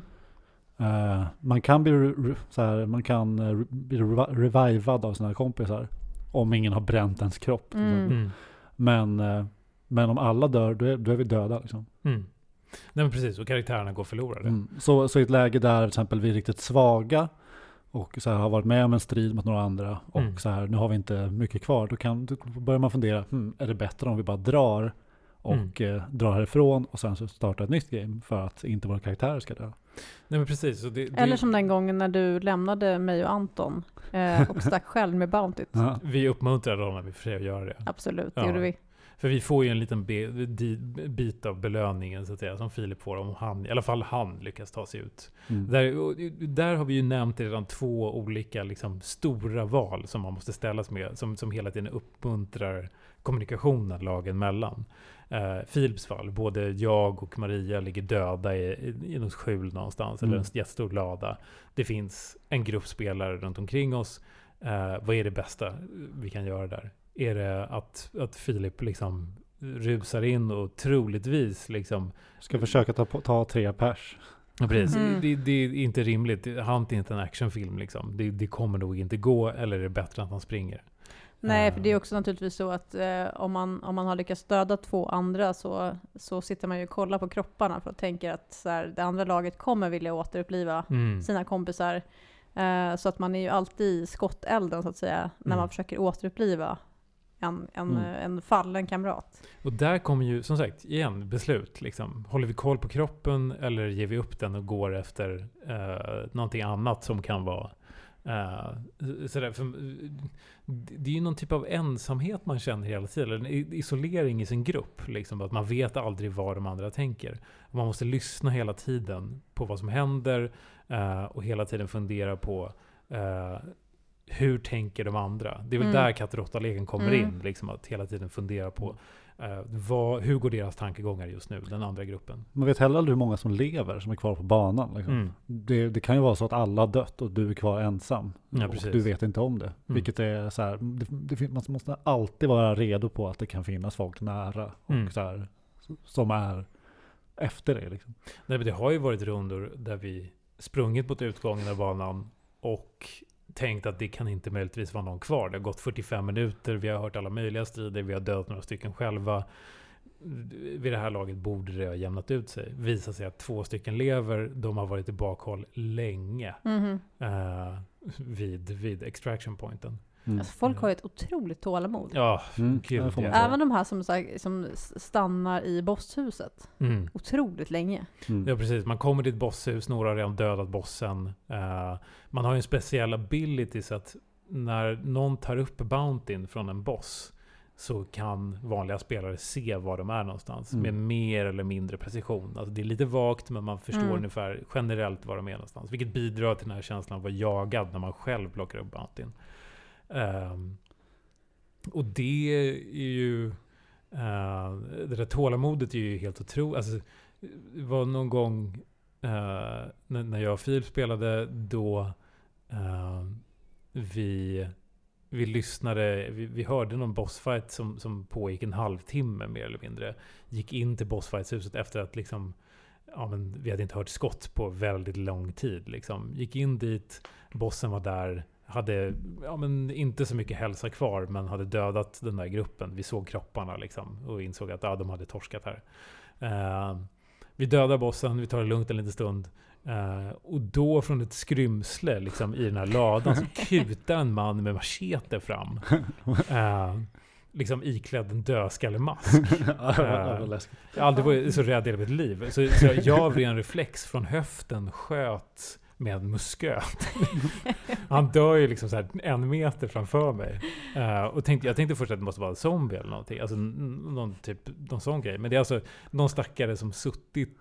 Uh, man kan bli, re, så här, man kan uh, bli revi- revivad av sina kompisar om ingen har bränt ens kropp. till Mm. exempel. Mm. Men, uh, men om alla dör, då är, då är vi döda. Liksom. Mm. Nej men precis, och karaktärerna går förlorade. Mm. Så, så i ett läge där till exempel vi är riktigt svaga och så här, har varit med om en strid mot några andra och Mm. så här, nu har vi inte mycket kvar, då, kan, då börjar man fundera, hmm, är det bättre om vi bara drar och Mm. eh, drar härifrån och sen så startar ett nytt game för att inte våra karaktärer ska dö. Nej men precis. Så det, det, Eller som den gången när du lämnade mig och Anton eh, och stack själv med Bountyt. Ja. Vi uppmuntrade honom i och för sig att göra det. Absolut, det Ja. gjorde vi. För vi får ju en liten be, di, bit av belöningen så att säga, som Filip får om han, i alla fall han lyckas ta sig ut. Mm. Där, och där har vi ju nämnt redan två olika liksom, stora val som man måste ställas med, som, som hela tiden uppmuntrar kommunikationen lagen mellan. Uh, Filips fall, både jag och Maria ligger döda i, i, i något skjul någonstans, Mm. eller en jättestor lada. Det finns en grupp spelare runt omkring oss. Uh, vad är det bästa vi kan göra där? Är det att, att Filip liksom rusar in och troligtvis liksom... Ska försöka ta, på- ta tre pers. Ja, precis. Mm. Det, det är inte rimligt. Hunt är inte en actionfilm. Liksom. Det, det kommer nog inte gå, eller är det bättre att han springer? Nej, Eh, för det är också naturligtvis så att eh, om, man, om man har lyckats döda två andra så, så sitter man ju och kollar på kropparna för att tänka att så här, det andra laget kommer vilja återuppliva Mm. sina kompisar. Eh, så att man är ju alltid i skottelden så att säga när Mm. man försöker återuppliva en, en, Mm. eh, en fallen kamrat. Och där kommer ju, som sagt, igen, beslut. Liksom. Håller vi koll på kroppen eller ger vi upp den och går efter eh, någonting annat som kan vara eh, sådär. För, det är ju någon typ av ensamhet man känner hela tiden. En isolering i sin grupp. Liksom, att man vet aldrig vad de andra tänker. Man måste lyssna hela tiden på vad som händer eh, och hela tiden fundera på eh, hur tänker de andra? Det är väl Mm. där katt och råtta-leken kommer Mm. in. Liksom, att hela tiden fundera på eh, vad, hur går deras tankegångar just nu, den andra gruppen. Man vet heller aldrig hur många som lever som är kvar på banan. Liksom. Mm. Det, det kan ju vara så att alla har dött och du är kvar ensam. Ja, och precis. du vet inte om det. Vilket är så här, det, det, fin- man måste alltid vara redo på att det kan finnas folk nära och Mm. så här, som är efter det. Liksom. Nej, men det har ju varit rundor där vi sprungit mot utgången av banan och tänkt att det kan inte möjligtvis vara någon kvar. Det har gått fyrtiofem minuter, vi har hört alla möjliga strider, vi har dödat några stycken själva. Vid det här laget borde det ha jämnat ut sig. Visar sig att två stycken lever, de har varit i bakhåll länge Mhm. eh, vid, vid extraction pointen. Mm. Alltså, folk har ju ett otroligt tålamod. Ja, Mm, gud. det får man ja. säga. Även de här som, så här, som stannar i bosshuset. Mm. Otroligt länge. Mm. Ja, precis. Man kommer till ett bosshus, några har redan dödat bossen. Uh, man har ju en speciell ability så att när någon tar upp bountyn från en boss så kan vanliga spelare se var de är någonstans Mm. med mer eller mindre precision. Alltså det är lite vagt, men man förstår Mm. ungefär generellt var de är någonstans. Vilket bidrar till den här känslan av att vara jagad när man själv plockar upp bountyn. Um, och det är ju... Uh, det där tålamodet är ju helt otroligt. Alltså, det var någon gång uh, när, när jag och Filip spelade då uh, vi, vi lyssnade, vi, vi hörde någon bossfight som, som pågick en halvtimme mer eller mindre. Gick in till bossfightshuset efter att liksom, ja, men vi hade inte hört skott på väldigt lång tid. Liksom. Gick in dit, bossen var där, hade ja, men inte så mycket hälsa kvar, men hade dödat den där gruppen. Vi såg kropparna liksom, och insåg att ja, de hade torskat här. Uh, vi dödar bossen, vi tar det lugnt en liten stund. Uh, och då från ett skrymsle liksom, i den här ladan så kutar en man med machete fram. Uh, liksom iklädd en dödskallemask. Ja, det var- det var läskigt. Jag har aldrig varit så rädd i hela mitt liv. Så, så jag av ren reflex från höften sköt med en musköt. Han dör ju liksom så här en meter framför mig. Uh, och tänkte, jag tänkte först att det måste vara en zombie eller någonting. Alltså n- någon typ någon sån grej. Men det är alltså någon stackare som suttit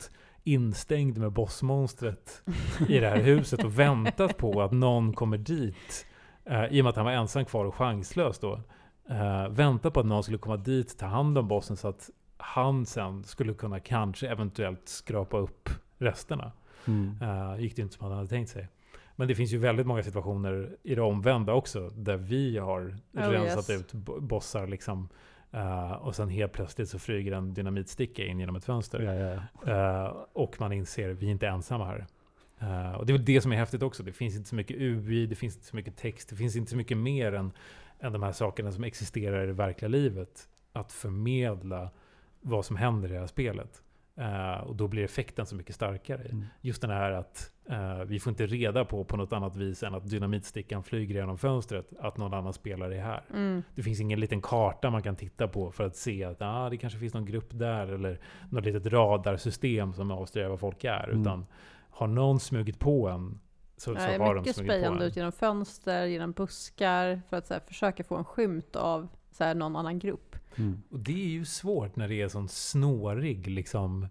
instängd med bossmonstret i det här huset och väntat på att någon kommer dit. Uh, I och med att han var ensam kvar och chanslös då. Uh, väntat på att någon skulle komma dit, ta hand om bossen så att han sen skulle kunna kanske eventuellt skrapa upp resterna. Mm. Uh, gick det inte som han hade tänkt sig. Men det finns ju väldigt många situationer i det omvända också där vi har oh, rensat yes. ut bossar liksom. Uh, och sen helt plötsligt så flyger en dynamitsticka in genom ett fönster. Ja, ja. Uh, och man inser att vi är inte ensamma här. Uh, och det är väl det som är häftigt också. Det finns inte så mycket U I, det finns inte så mycket text, det finns inte så mycket mer än, än de här sakerna som existerar i det verkliga livet. Att förmedla vad som händer i det här spelet. Uh, och då blir effekten så mycket starkare. Mm. Just den här att uh, vi får inte reda på på något annat vis än att dynamitstickan flyger genom fönstret, att någon annan spelare är här. Mm. Det finns ingen liten karta man kan titta på för att se att ah, det kanske finns någon grupp där eller något litet radarsystem som avslöjar vad folk är. Mm. Utan har någon smugit på en så, ja, så har de smugit mycket spejande ut genom fönster, genom buskar för att så här, försöka få en skymt av så här, någon annan grupp. Mm. Och det är ju svårt när det är sån snårig liksom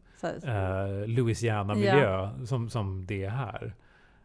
uh, Louisiana-miljö yeah. som, som det är här.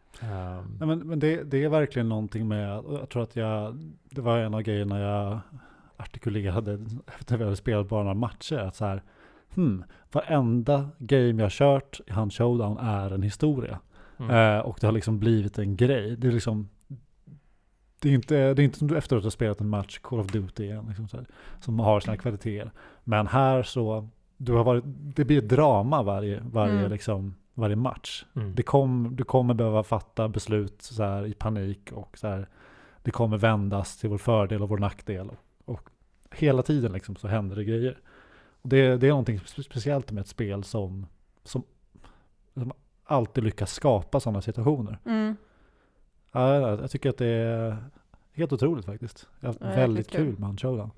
Um. Ja, men men det, det är verkligen någonting med, jag tror att jag, det var en av grejerna jag artikulerade efter att vi hade spelat bara några matcher, att så här, hmm, varenda game jag kört i Hunt Showdown är en historia. Mm. Uh, och det har liksom blivit en grej. Det är liksom Det är, inte, det är inte som du efteråt har spelat en match Call of Duty igen, liksom så här, som har sina kvaliteter. Men här så du har varit, det blir ett drama varje, varje, mm. liksom, varje match. Mm. Det kom, du kommer behöva fatta beslut så här, i panik och så här, det kommer vändas till vår fördel och vår nackdel. Och, och hela tiden liksom, så händer det grejer. Och det, det är någonting speciellt med ett spel som, som, som alltid lyckas skapa sådana situationer. Mm. Ja, jag tycker att det är helt otroligt faktiskt. Jag har ja, väldigt kul med Hunt Showdown.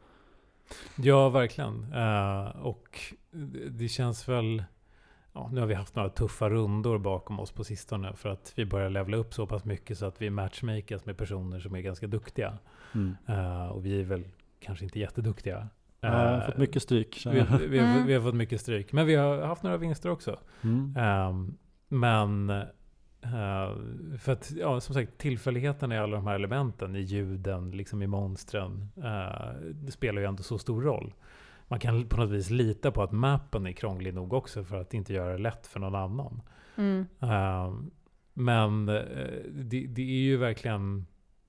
Ja, verkligen. Uh, och det känns väl... Ja, nu har vi haft några tuffa rundor bakom oss på sistone för att vi börjar levla upp så pass mycket så att vi matchmakas med personer som är ganska duktiga. Mm. Uh, och vi är väl kanske inte jätteduktiga. Uh, jag har fått mycket stryk. Vi, vi, vi, har, vi har fått mycket stryk. Men vi har haft några vinster också. Mm. Um, men... Uh, för att, ja, som sagt, tillfälligheten i alla de här elementen, i ljuden, liksom i monstren, uh, det spelar ju ändå så stor roll. Man kan på något vis lita på att mappen är krånglig nog också för att inte göra det lätt för någon annan. Mm. Uh, men uh, det, det är ju verkligen...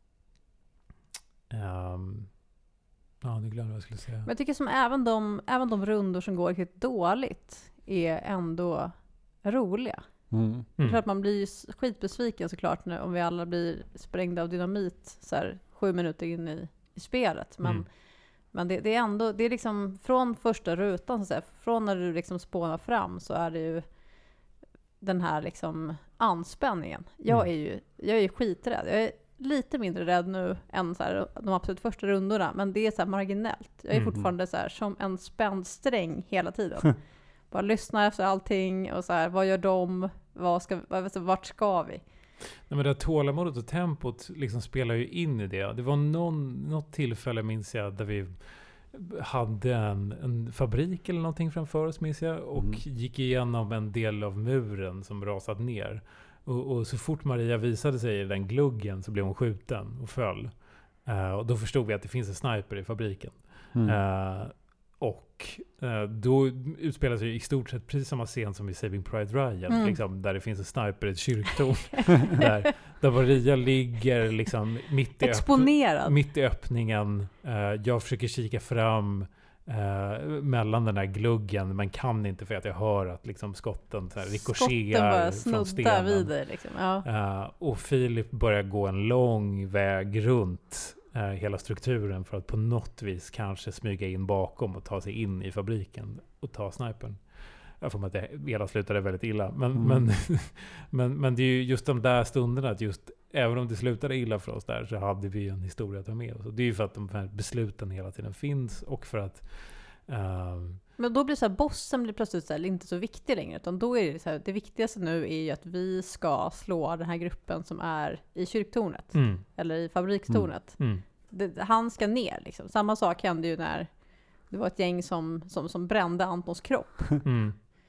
Um, ja, nu glömde jag vad jag skulle säga. Men jag tycker som även de, även de rundor som går riktigt dåligt är ändå roliga. Mm. Mm. För att man blir skitbesviken såklart när, om vi alla blir sprängda av dynamit så här, sju minuter in i, i spelet. Men, mm. men det, det är ändå, det är liksom från första rutan, så här, från när du liksom spånar fram så är det ju den här liksom anspänningen. Jag mm. är ju jag är ju skiträdd. Jag är lite mindre rädd nu än så här, de absolut första rundorna, men det är så här marginellt. Jag är mm. fortfarande så här, som en spänd sträng hela tiden. Bara lyssna efter allting och så här, vad gör de? Vad ska, vart ska vi? Nej, men det här tålamodet och tempot liksom spelar ju in i det. Det var någon, något tillfälle, minns jag, där vi hade en, en fabrik eller någonting framför oss, minns jag, och mm. gick igenom en del av muren som rasat ner. Och, och så fort Maria visade sig i den gluggen så blev hon skjuten och föll. Uh, och då förstod vi att det finns en sniper i fabriken. Mm. Uh, Och eh, då utspelar sig i stort sett precis samma scen som i Saving Private Ryan, mm. liksom, där det finns en sniper i ett kyrktorn. där, där Maria ligger liksom, mitt, i Exponerad. Öpp- mitt i öppningen. Eh, jag försöker kika fram eh, mellan den här gluggen, men kan inte för att jag hör att liksom, skotten så här, rikoscherar från stenen. Vid dig, liksom. Ja. Eh, och Filip börjar gå en lång väg runt Uh, hela strukturen för att på något vis kanske smyga in bakom och ta sig in i fabriken och ta snipern. Jag får med att det hela slutade väldigt illa. Men, mm. men, men, men det är ju just de där stunderna att just även om det slutade illa för oss där så hade vi en historia att ta med oss. Och det är ju för att de här besluten hela tiden finns och för att uh, men då blir så här, bossen blir plötsligt så här, inte så viktig längre, utan då är det så här, det viktigaste nu är ju att vi ska slå den här gruppen som är i kyrktornet mm. eller i fabrikstornet. Mm. Mm. Det, han ska ner liksom. Samma sak hände ju när det var ett gäng som, som, som brände Antons kropp. Mm.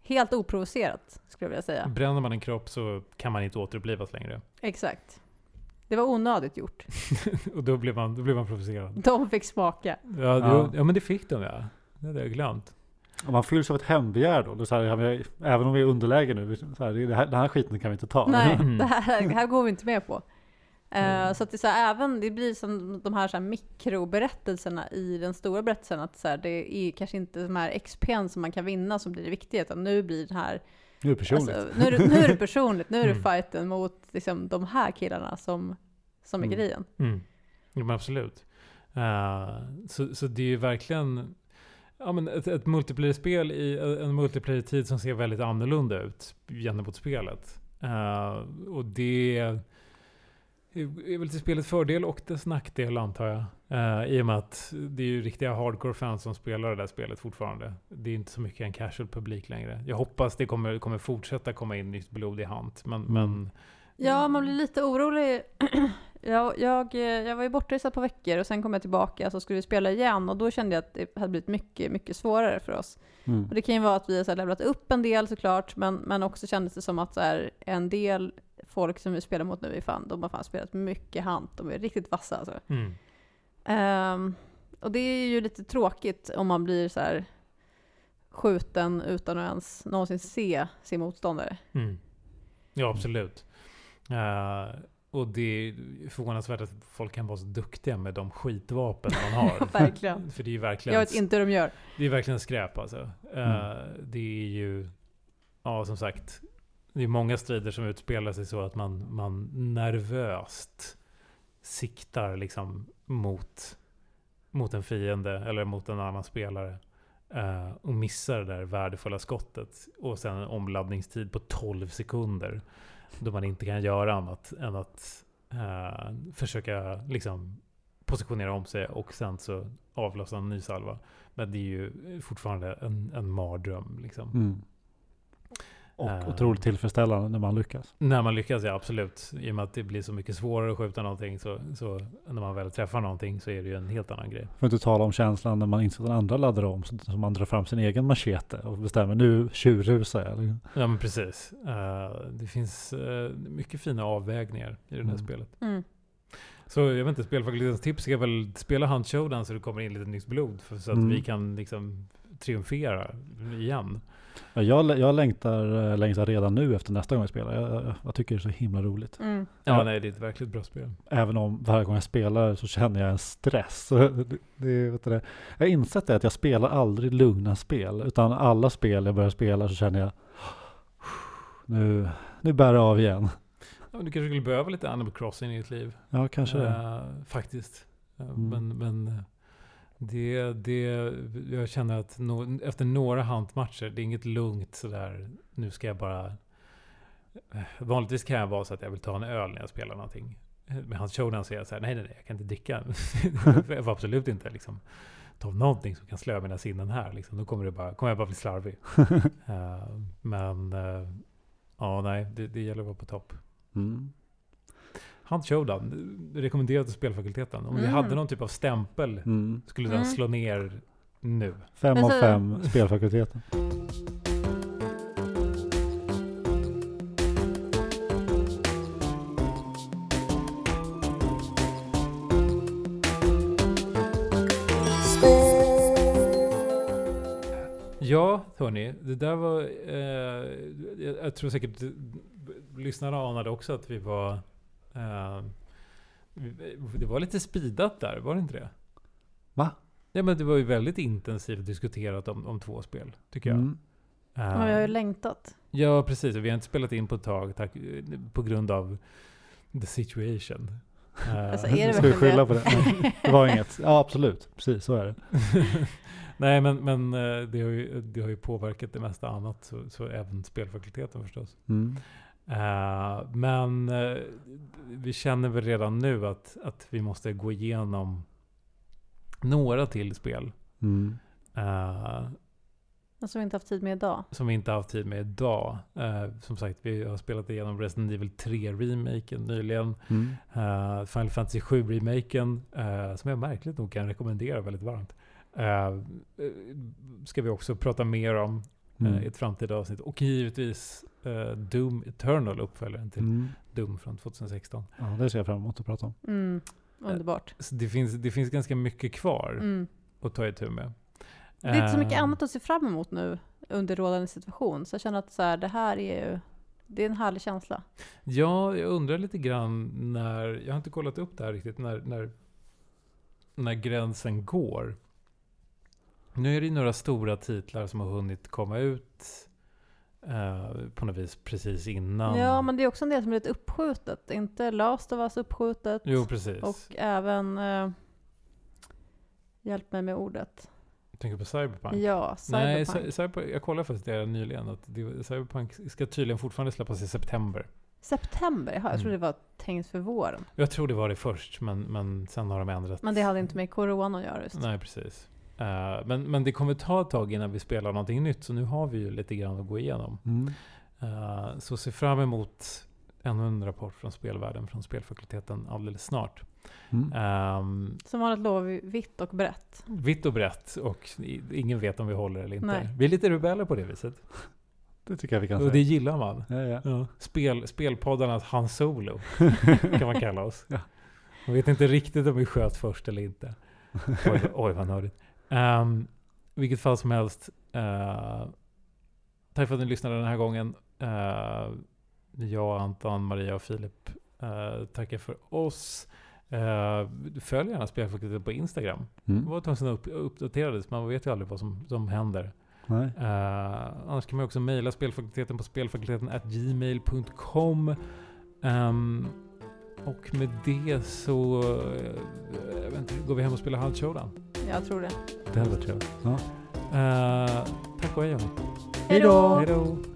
helt oprovocerat, skulle jag vilja säga. Bränner man en kropp så kan man inte återupplivas längre. Exakt. Det var onödigt gjort. Och då blev man, då blev man provocerad. De fick smaka. Ja, Ja. ja. ja, men det fick de, ja. Det hade jag glömt. Om man fylls av ett hämndbegär då, då så här, ja, vi- även om vi är underläge nu, så här, det här, den här skiten kan vi inte ta. Nej, Mm. det här, det här går vi inte med på. Eh, Mm. Så att det, är så här, även, det blir som de här, så här mikroberättelserna i den stora berättelsen. Att så här, det är kanske inte de här X P:n som man kan vinna som blir det viktiga. Utan nu blir det här... Nu är det personligt. Alltså, nu, är det, nu är det personligt. Nu är det Mm. fighten mot liksom, de här killarna som, som är Mm. grejen. Mm. Ja, men absolut. Uh, så, så det är ju verkligen ja, men ett, ett multiplayer-spel i en multiplayer-tid som ser väldigt annorlunda ut gentemot spelet. Uh, och det är väl till spelets fördel och dess nackdel, antar jag. Uh, I och med att det är ju riktiga hardcore-fans som spelar det där spelet fortfarande. Det är inte så mycket en casual-publik längre. Jag hoppas det kommer, kommer fortsätta komma in nytt blod i Hunt. Men, Mm. men Ja, man blir lite orolig. jag, jag, jag var ju borta i så här på veckor och sen kom jag tillbaka så skulle vi spela igen och då kände jag att det hade blivit mycket, mycket svårare för oss. Mm. Och det kan ju vara att vi har så här levlat upp en del såklart, men, men också kändes det som att så här, en del folk som vi spelar mot nu i fan, de har fan spelat mycket hand. De är riktigt vassa alltså. mm. Ehm, och det är ju lite tråkigt om man blir så här skjuten utan att ens någonsin se sin motståndare. Mm. Ja, absolut. Uh, och det är förvånansvärt att folk kan vara så duktiga med de skitvapen man har. Verkligen. För det är ju verkligen, Jag vet inte hur de gör. det är verkligen skräp alltså. Uh, Mm. Det är ju, ja som sagt, det är många strider som utspelar sig så att man, man nervöst siktar liksom mot, mot en fiende eller mot en annan spelare. Uh, och missar det där värdefulla skottet. Och sen en omladdningstid på tolv sekunder. Då man inte kan göra annat än att uh, försöka liksom positionera om sig och sen så avlossa en ny salva. Men det är ju fortfarande en, en mardröm liksom. Mm. Och Eh. otroligt tillfredsställande när man lyckas. När man lyckas, ja absolut. I och med att det blir så mycket svårare att skjuta någonting så, så när man väl träffar någonting så är det ju en helt annan grej. För att inte tala om känslan när man inser att den andra laddar om, så så man drar fram sin egen machete och bestämmer nu tjurrusar jag. Liksom. Ja men precis. Uh, det finns uh, mycket fina avvägningar i det här Mm. spelet. Mm. Så jag vet inte, spelfakultetens tips är väl spela Hunt Showdown så det kommer in lite nytt blod för, så att Mm. vi kan liksom triumfera igen. Ja, jag, jag längtar, eh, längtar redan nu efter nästa gång jag spelar. Jag, jag, jag tycker det är så himla roligt. Mm. Ja, Ja. nej, det är ett verkligt bra spel. Även om varje gång jag spelar så känner jag en stress. Så det, det, vet du det. Jag har insett det att jag spelar aldrig lugna spel. Utan alla spel jag börjar spela så känner jag nu, nu bär det av igen. Ja, du kanske skulle behöva lite Animal Crossing i ditt liv. Ja, kanske det. Uh, faktiskt. Uh, Mm. Men, men det, det, jag känner att no, efter några Hunt-matcher, det är inget lugnt sådär, nu ska jag bara... Vanligtvis kan jag vara så att jag vill ta en öl när jag spelar någonting. Med Hunt Showdown säger jag så här, nej nej nej, jag kan inte dricka. Jag får absolut inte liksom ta någonting som kan slöa mina sinnen här. Liksom. Då kommer, det bara, kommer jag bara bli slarvig. uh, men uh, ja, nej, det, det gäller att vara på topp. Mm. Hunt Showdown, rekommenderat till spelfakulteten. Om vi Mm. hade någon typ av stämpel Mm. skulle den Mm. slå ner nu. Fem Men av så- fem spelfakulteten. Ja, hörni, det där var... Eh, jag, jag tror säkert lyssnarna anade också att vi var... Eh, vi- det var lite speedat där, var det inte det? Va? Ja, men det var ju väldigt intensivt diskuterat om, om två spel, tycker jag. Mm. Eh, Ja, jag har ju längtat. ja, precis. Vi har inte spelat in på ett tag tack, på grund av the situation. Eh, Alltså, är det Ska vi verkligen skylla det? på det? Nej, det var inget. Ja, absolut. Precis, så är det. Nej, men, men eh, det, har ju, det har ju påverkat det mesta annat, så, så även spelfakulteten förstås. Mm. Eh, men eh, vi känner väl redan nu att, att vi måste gå igenom några till spel Mm. eh, Alltså, vi har inte haft tid med idag. som vi inte har haft tid med idag. Eh, som sagt, vi har spelat igenom Resident Evil tre-remaken nyligen. Mm. Uh, Final Fantasy sju-remaken, uh, som jag märkligt nog kan rekommendera väldigt varmt. Uh, ska vi också prata mer om. Mm. eh, i ett framtida avsnitt. Och givetvis eh, Doom Eternal, uppföljaren till Mm. Doom från tjugohundrasexton. Ja, det ser jag fram emot att prata om. Mm. Underbart. Så det finns, det finns ganska mycket kvar Mm. att ta itu med. Det är inte så mycket Eh, annat att se fram emot nu under rådande situation. Så jag känner att så här, det här är ju, det är en härlig känsla. Ja, jag undrar lite grann när, jag har inte kollat upp det här riktigt, när, när, när gränsen går. Nu är det ju några stora titlar som har hunnit komma ut eh, på något vis precis innan. Ja, men det är också en del som blivit uppskjutet. Inte Last of Us uppskjutet. Jo, precis. Och även, eh, hjälp mig med ordet. Jag tänker på Cyberpunk. Ja, Nej, Cyberpunk. Cy- Cyberpunk, jag kollade faktiskt det nyligen, att det, Cyberpunk ska tydligen fortfarande släppas i september. September, jaha, jag trodde Mm. det var tänkt för våren. Jag tror det var det först, men, men sen har de ändrat. Men det hade inte med corona att göra just. Nej, precis. Uh, men, men det kommer ta ett tag innan vi spelar någonting nytt, så nu har vi ju lite grann att gå igenom. Mm. Uh, så se fram emot ännu en rapport från spelvärlden, från spelfakulteten alldeles snart. Mm. Um, Som vanligt lovar vi vitt och brett. vitt och brett, och i- ingen vet om vi håller eller inte. Nej. Vi är lite rebeller på det viset. Det tycker jag vi kan Och säga. det gillar man. Ja, ja. Ja. Spel, spelpoddarnas Han Solo kan man kalla oss. Ja. Man vet inte riktigt om vi sköt först eller inte. Oj, oj vad nördigt. Um, vilket fall som helst. Uh, tack för att ni lyssnade den här gången. Uh, jag, Anton, Maria och Filip uh, tackar för oss. Uh, följ gärna Spelfakulteten på Instagram. Det Mm. var ett tag sedan upp, uppdaterades. Man vet ju aldrig vad som, som händer. Nej. Uh, annars kan man också mejla spelfakulteten på spelfakulteten at gmail punkt com. Um, och med det så uh, jag vet inte, går vi hem och spelar Halt Showdown. Jag tror det. Det hade varit trevligt. Ja. Uh, tack och hej. Hej då! Hej då!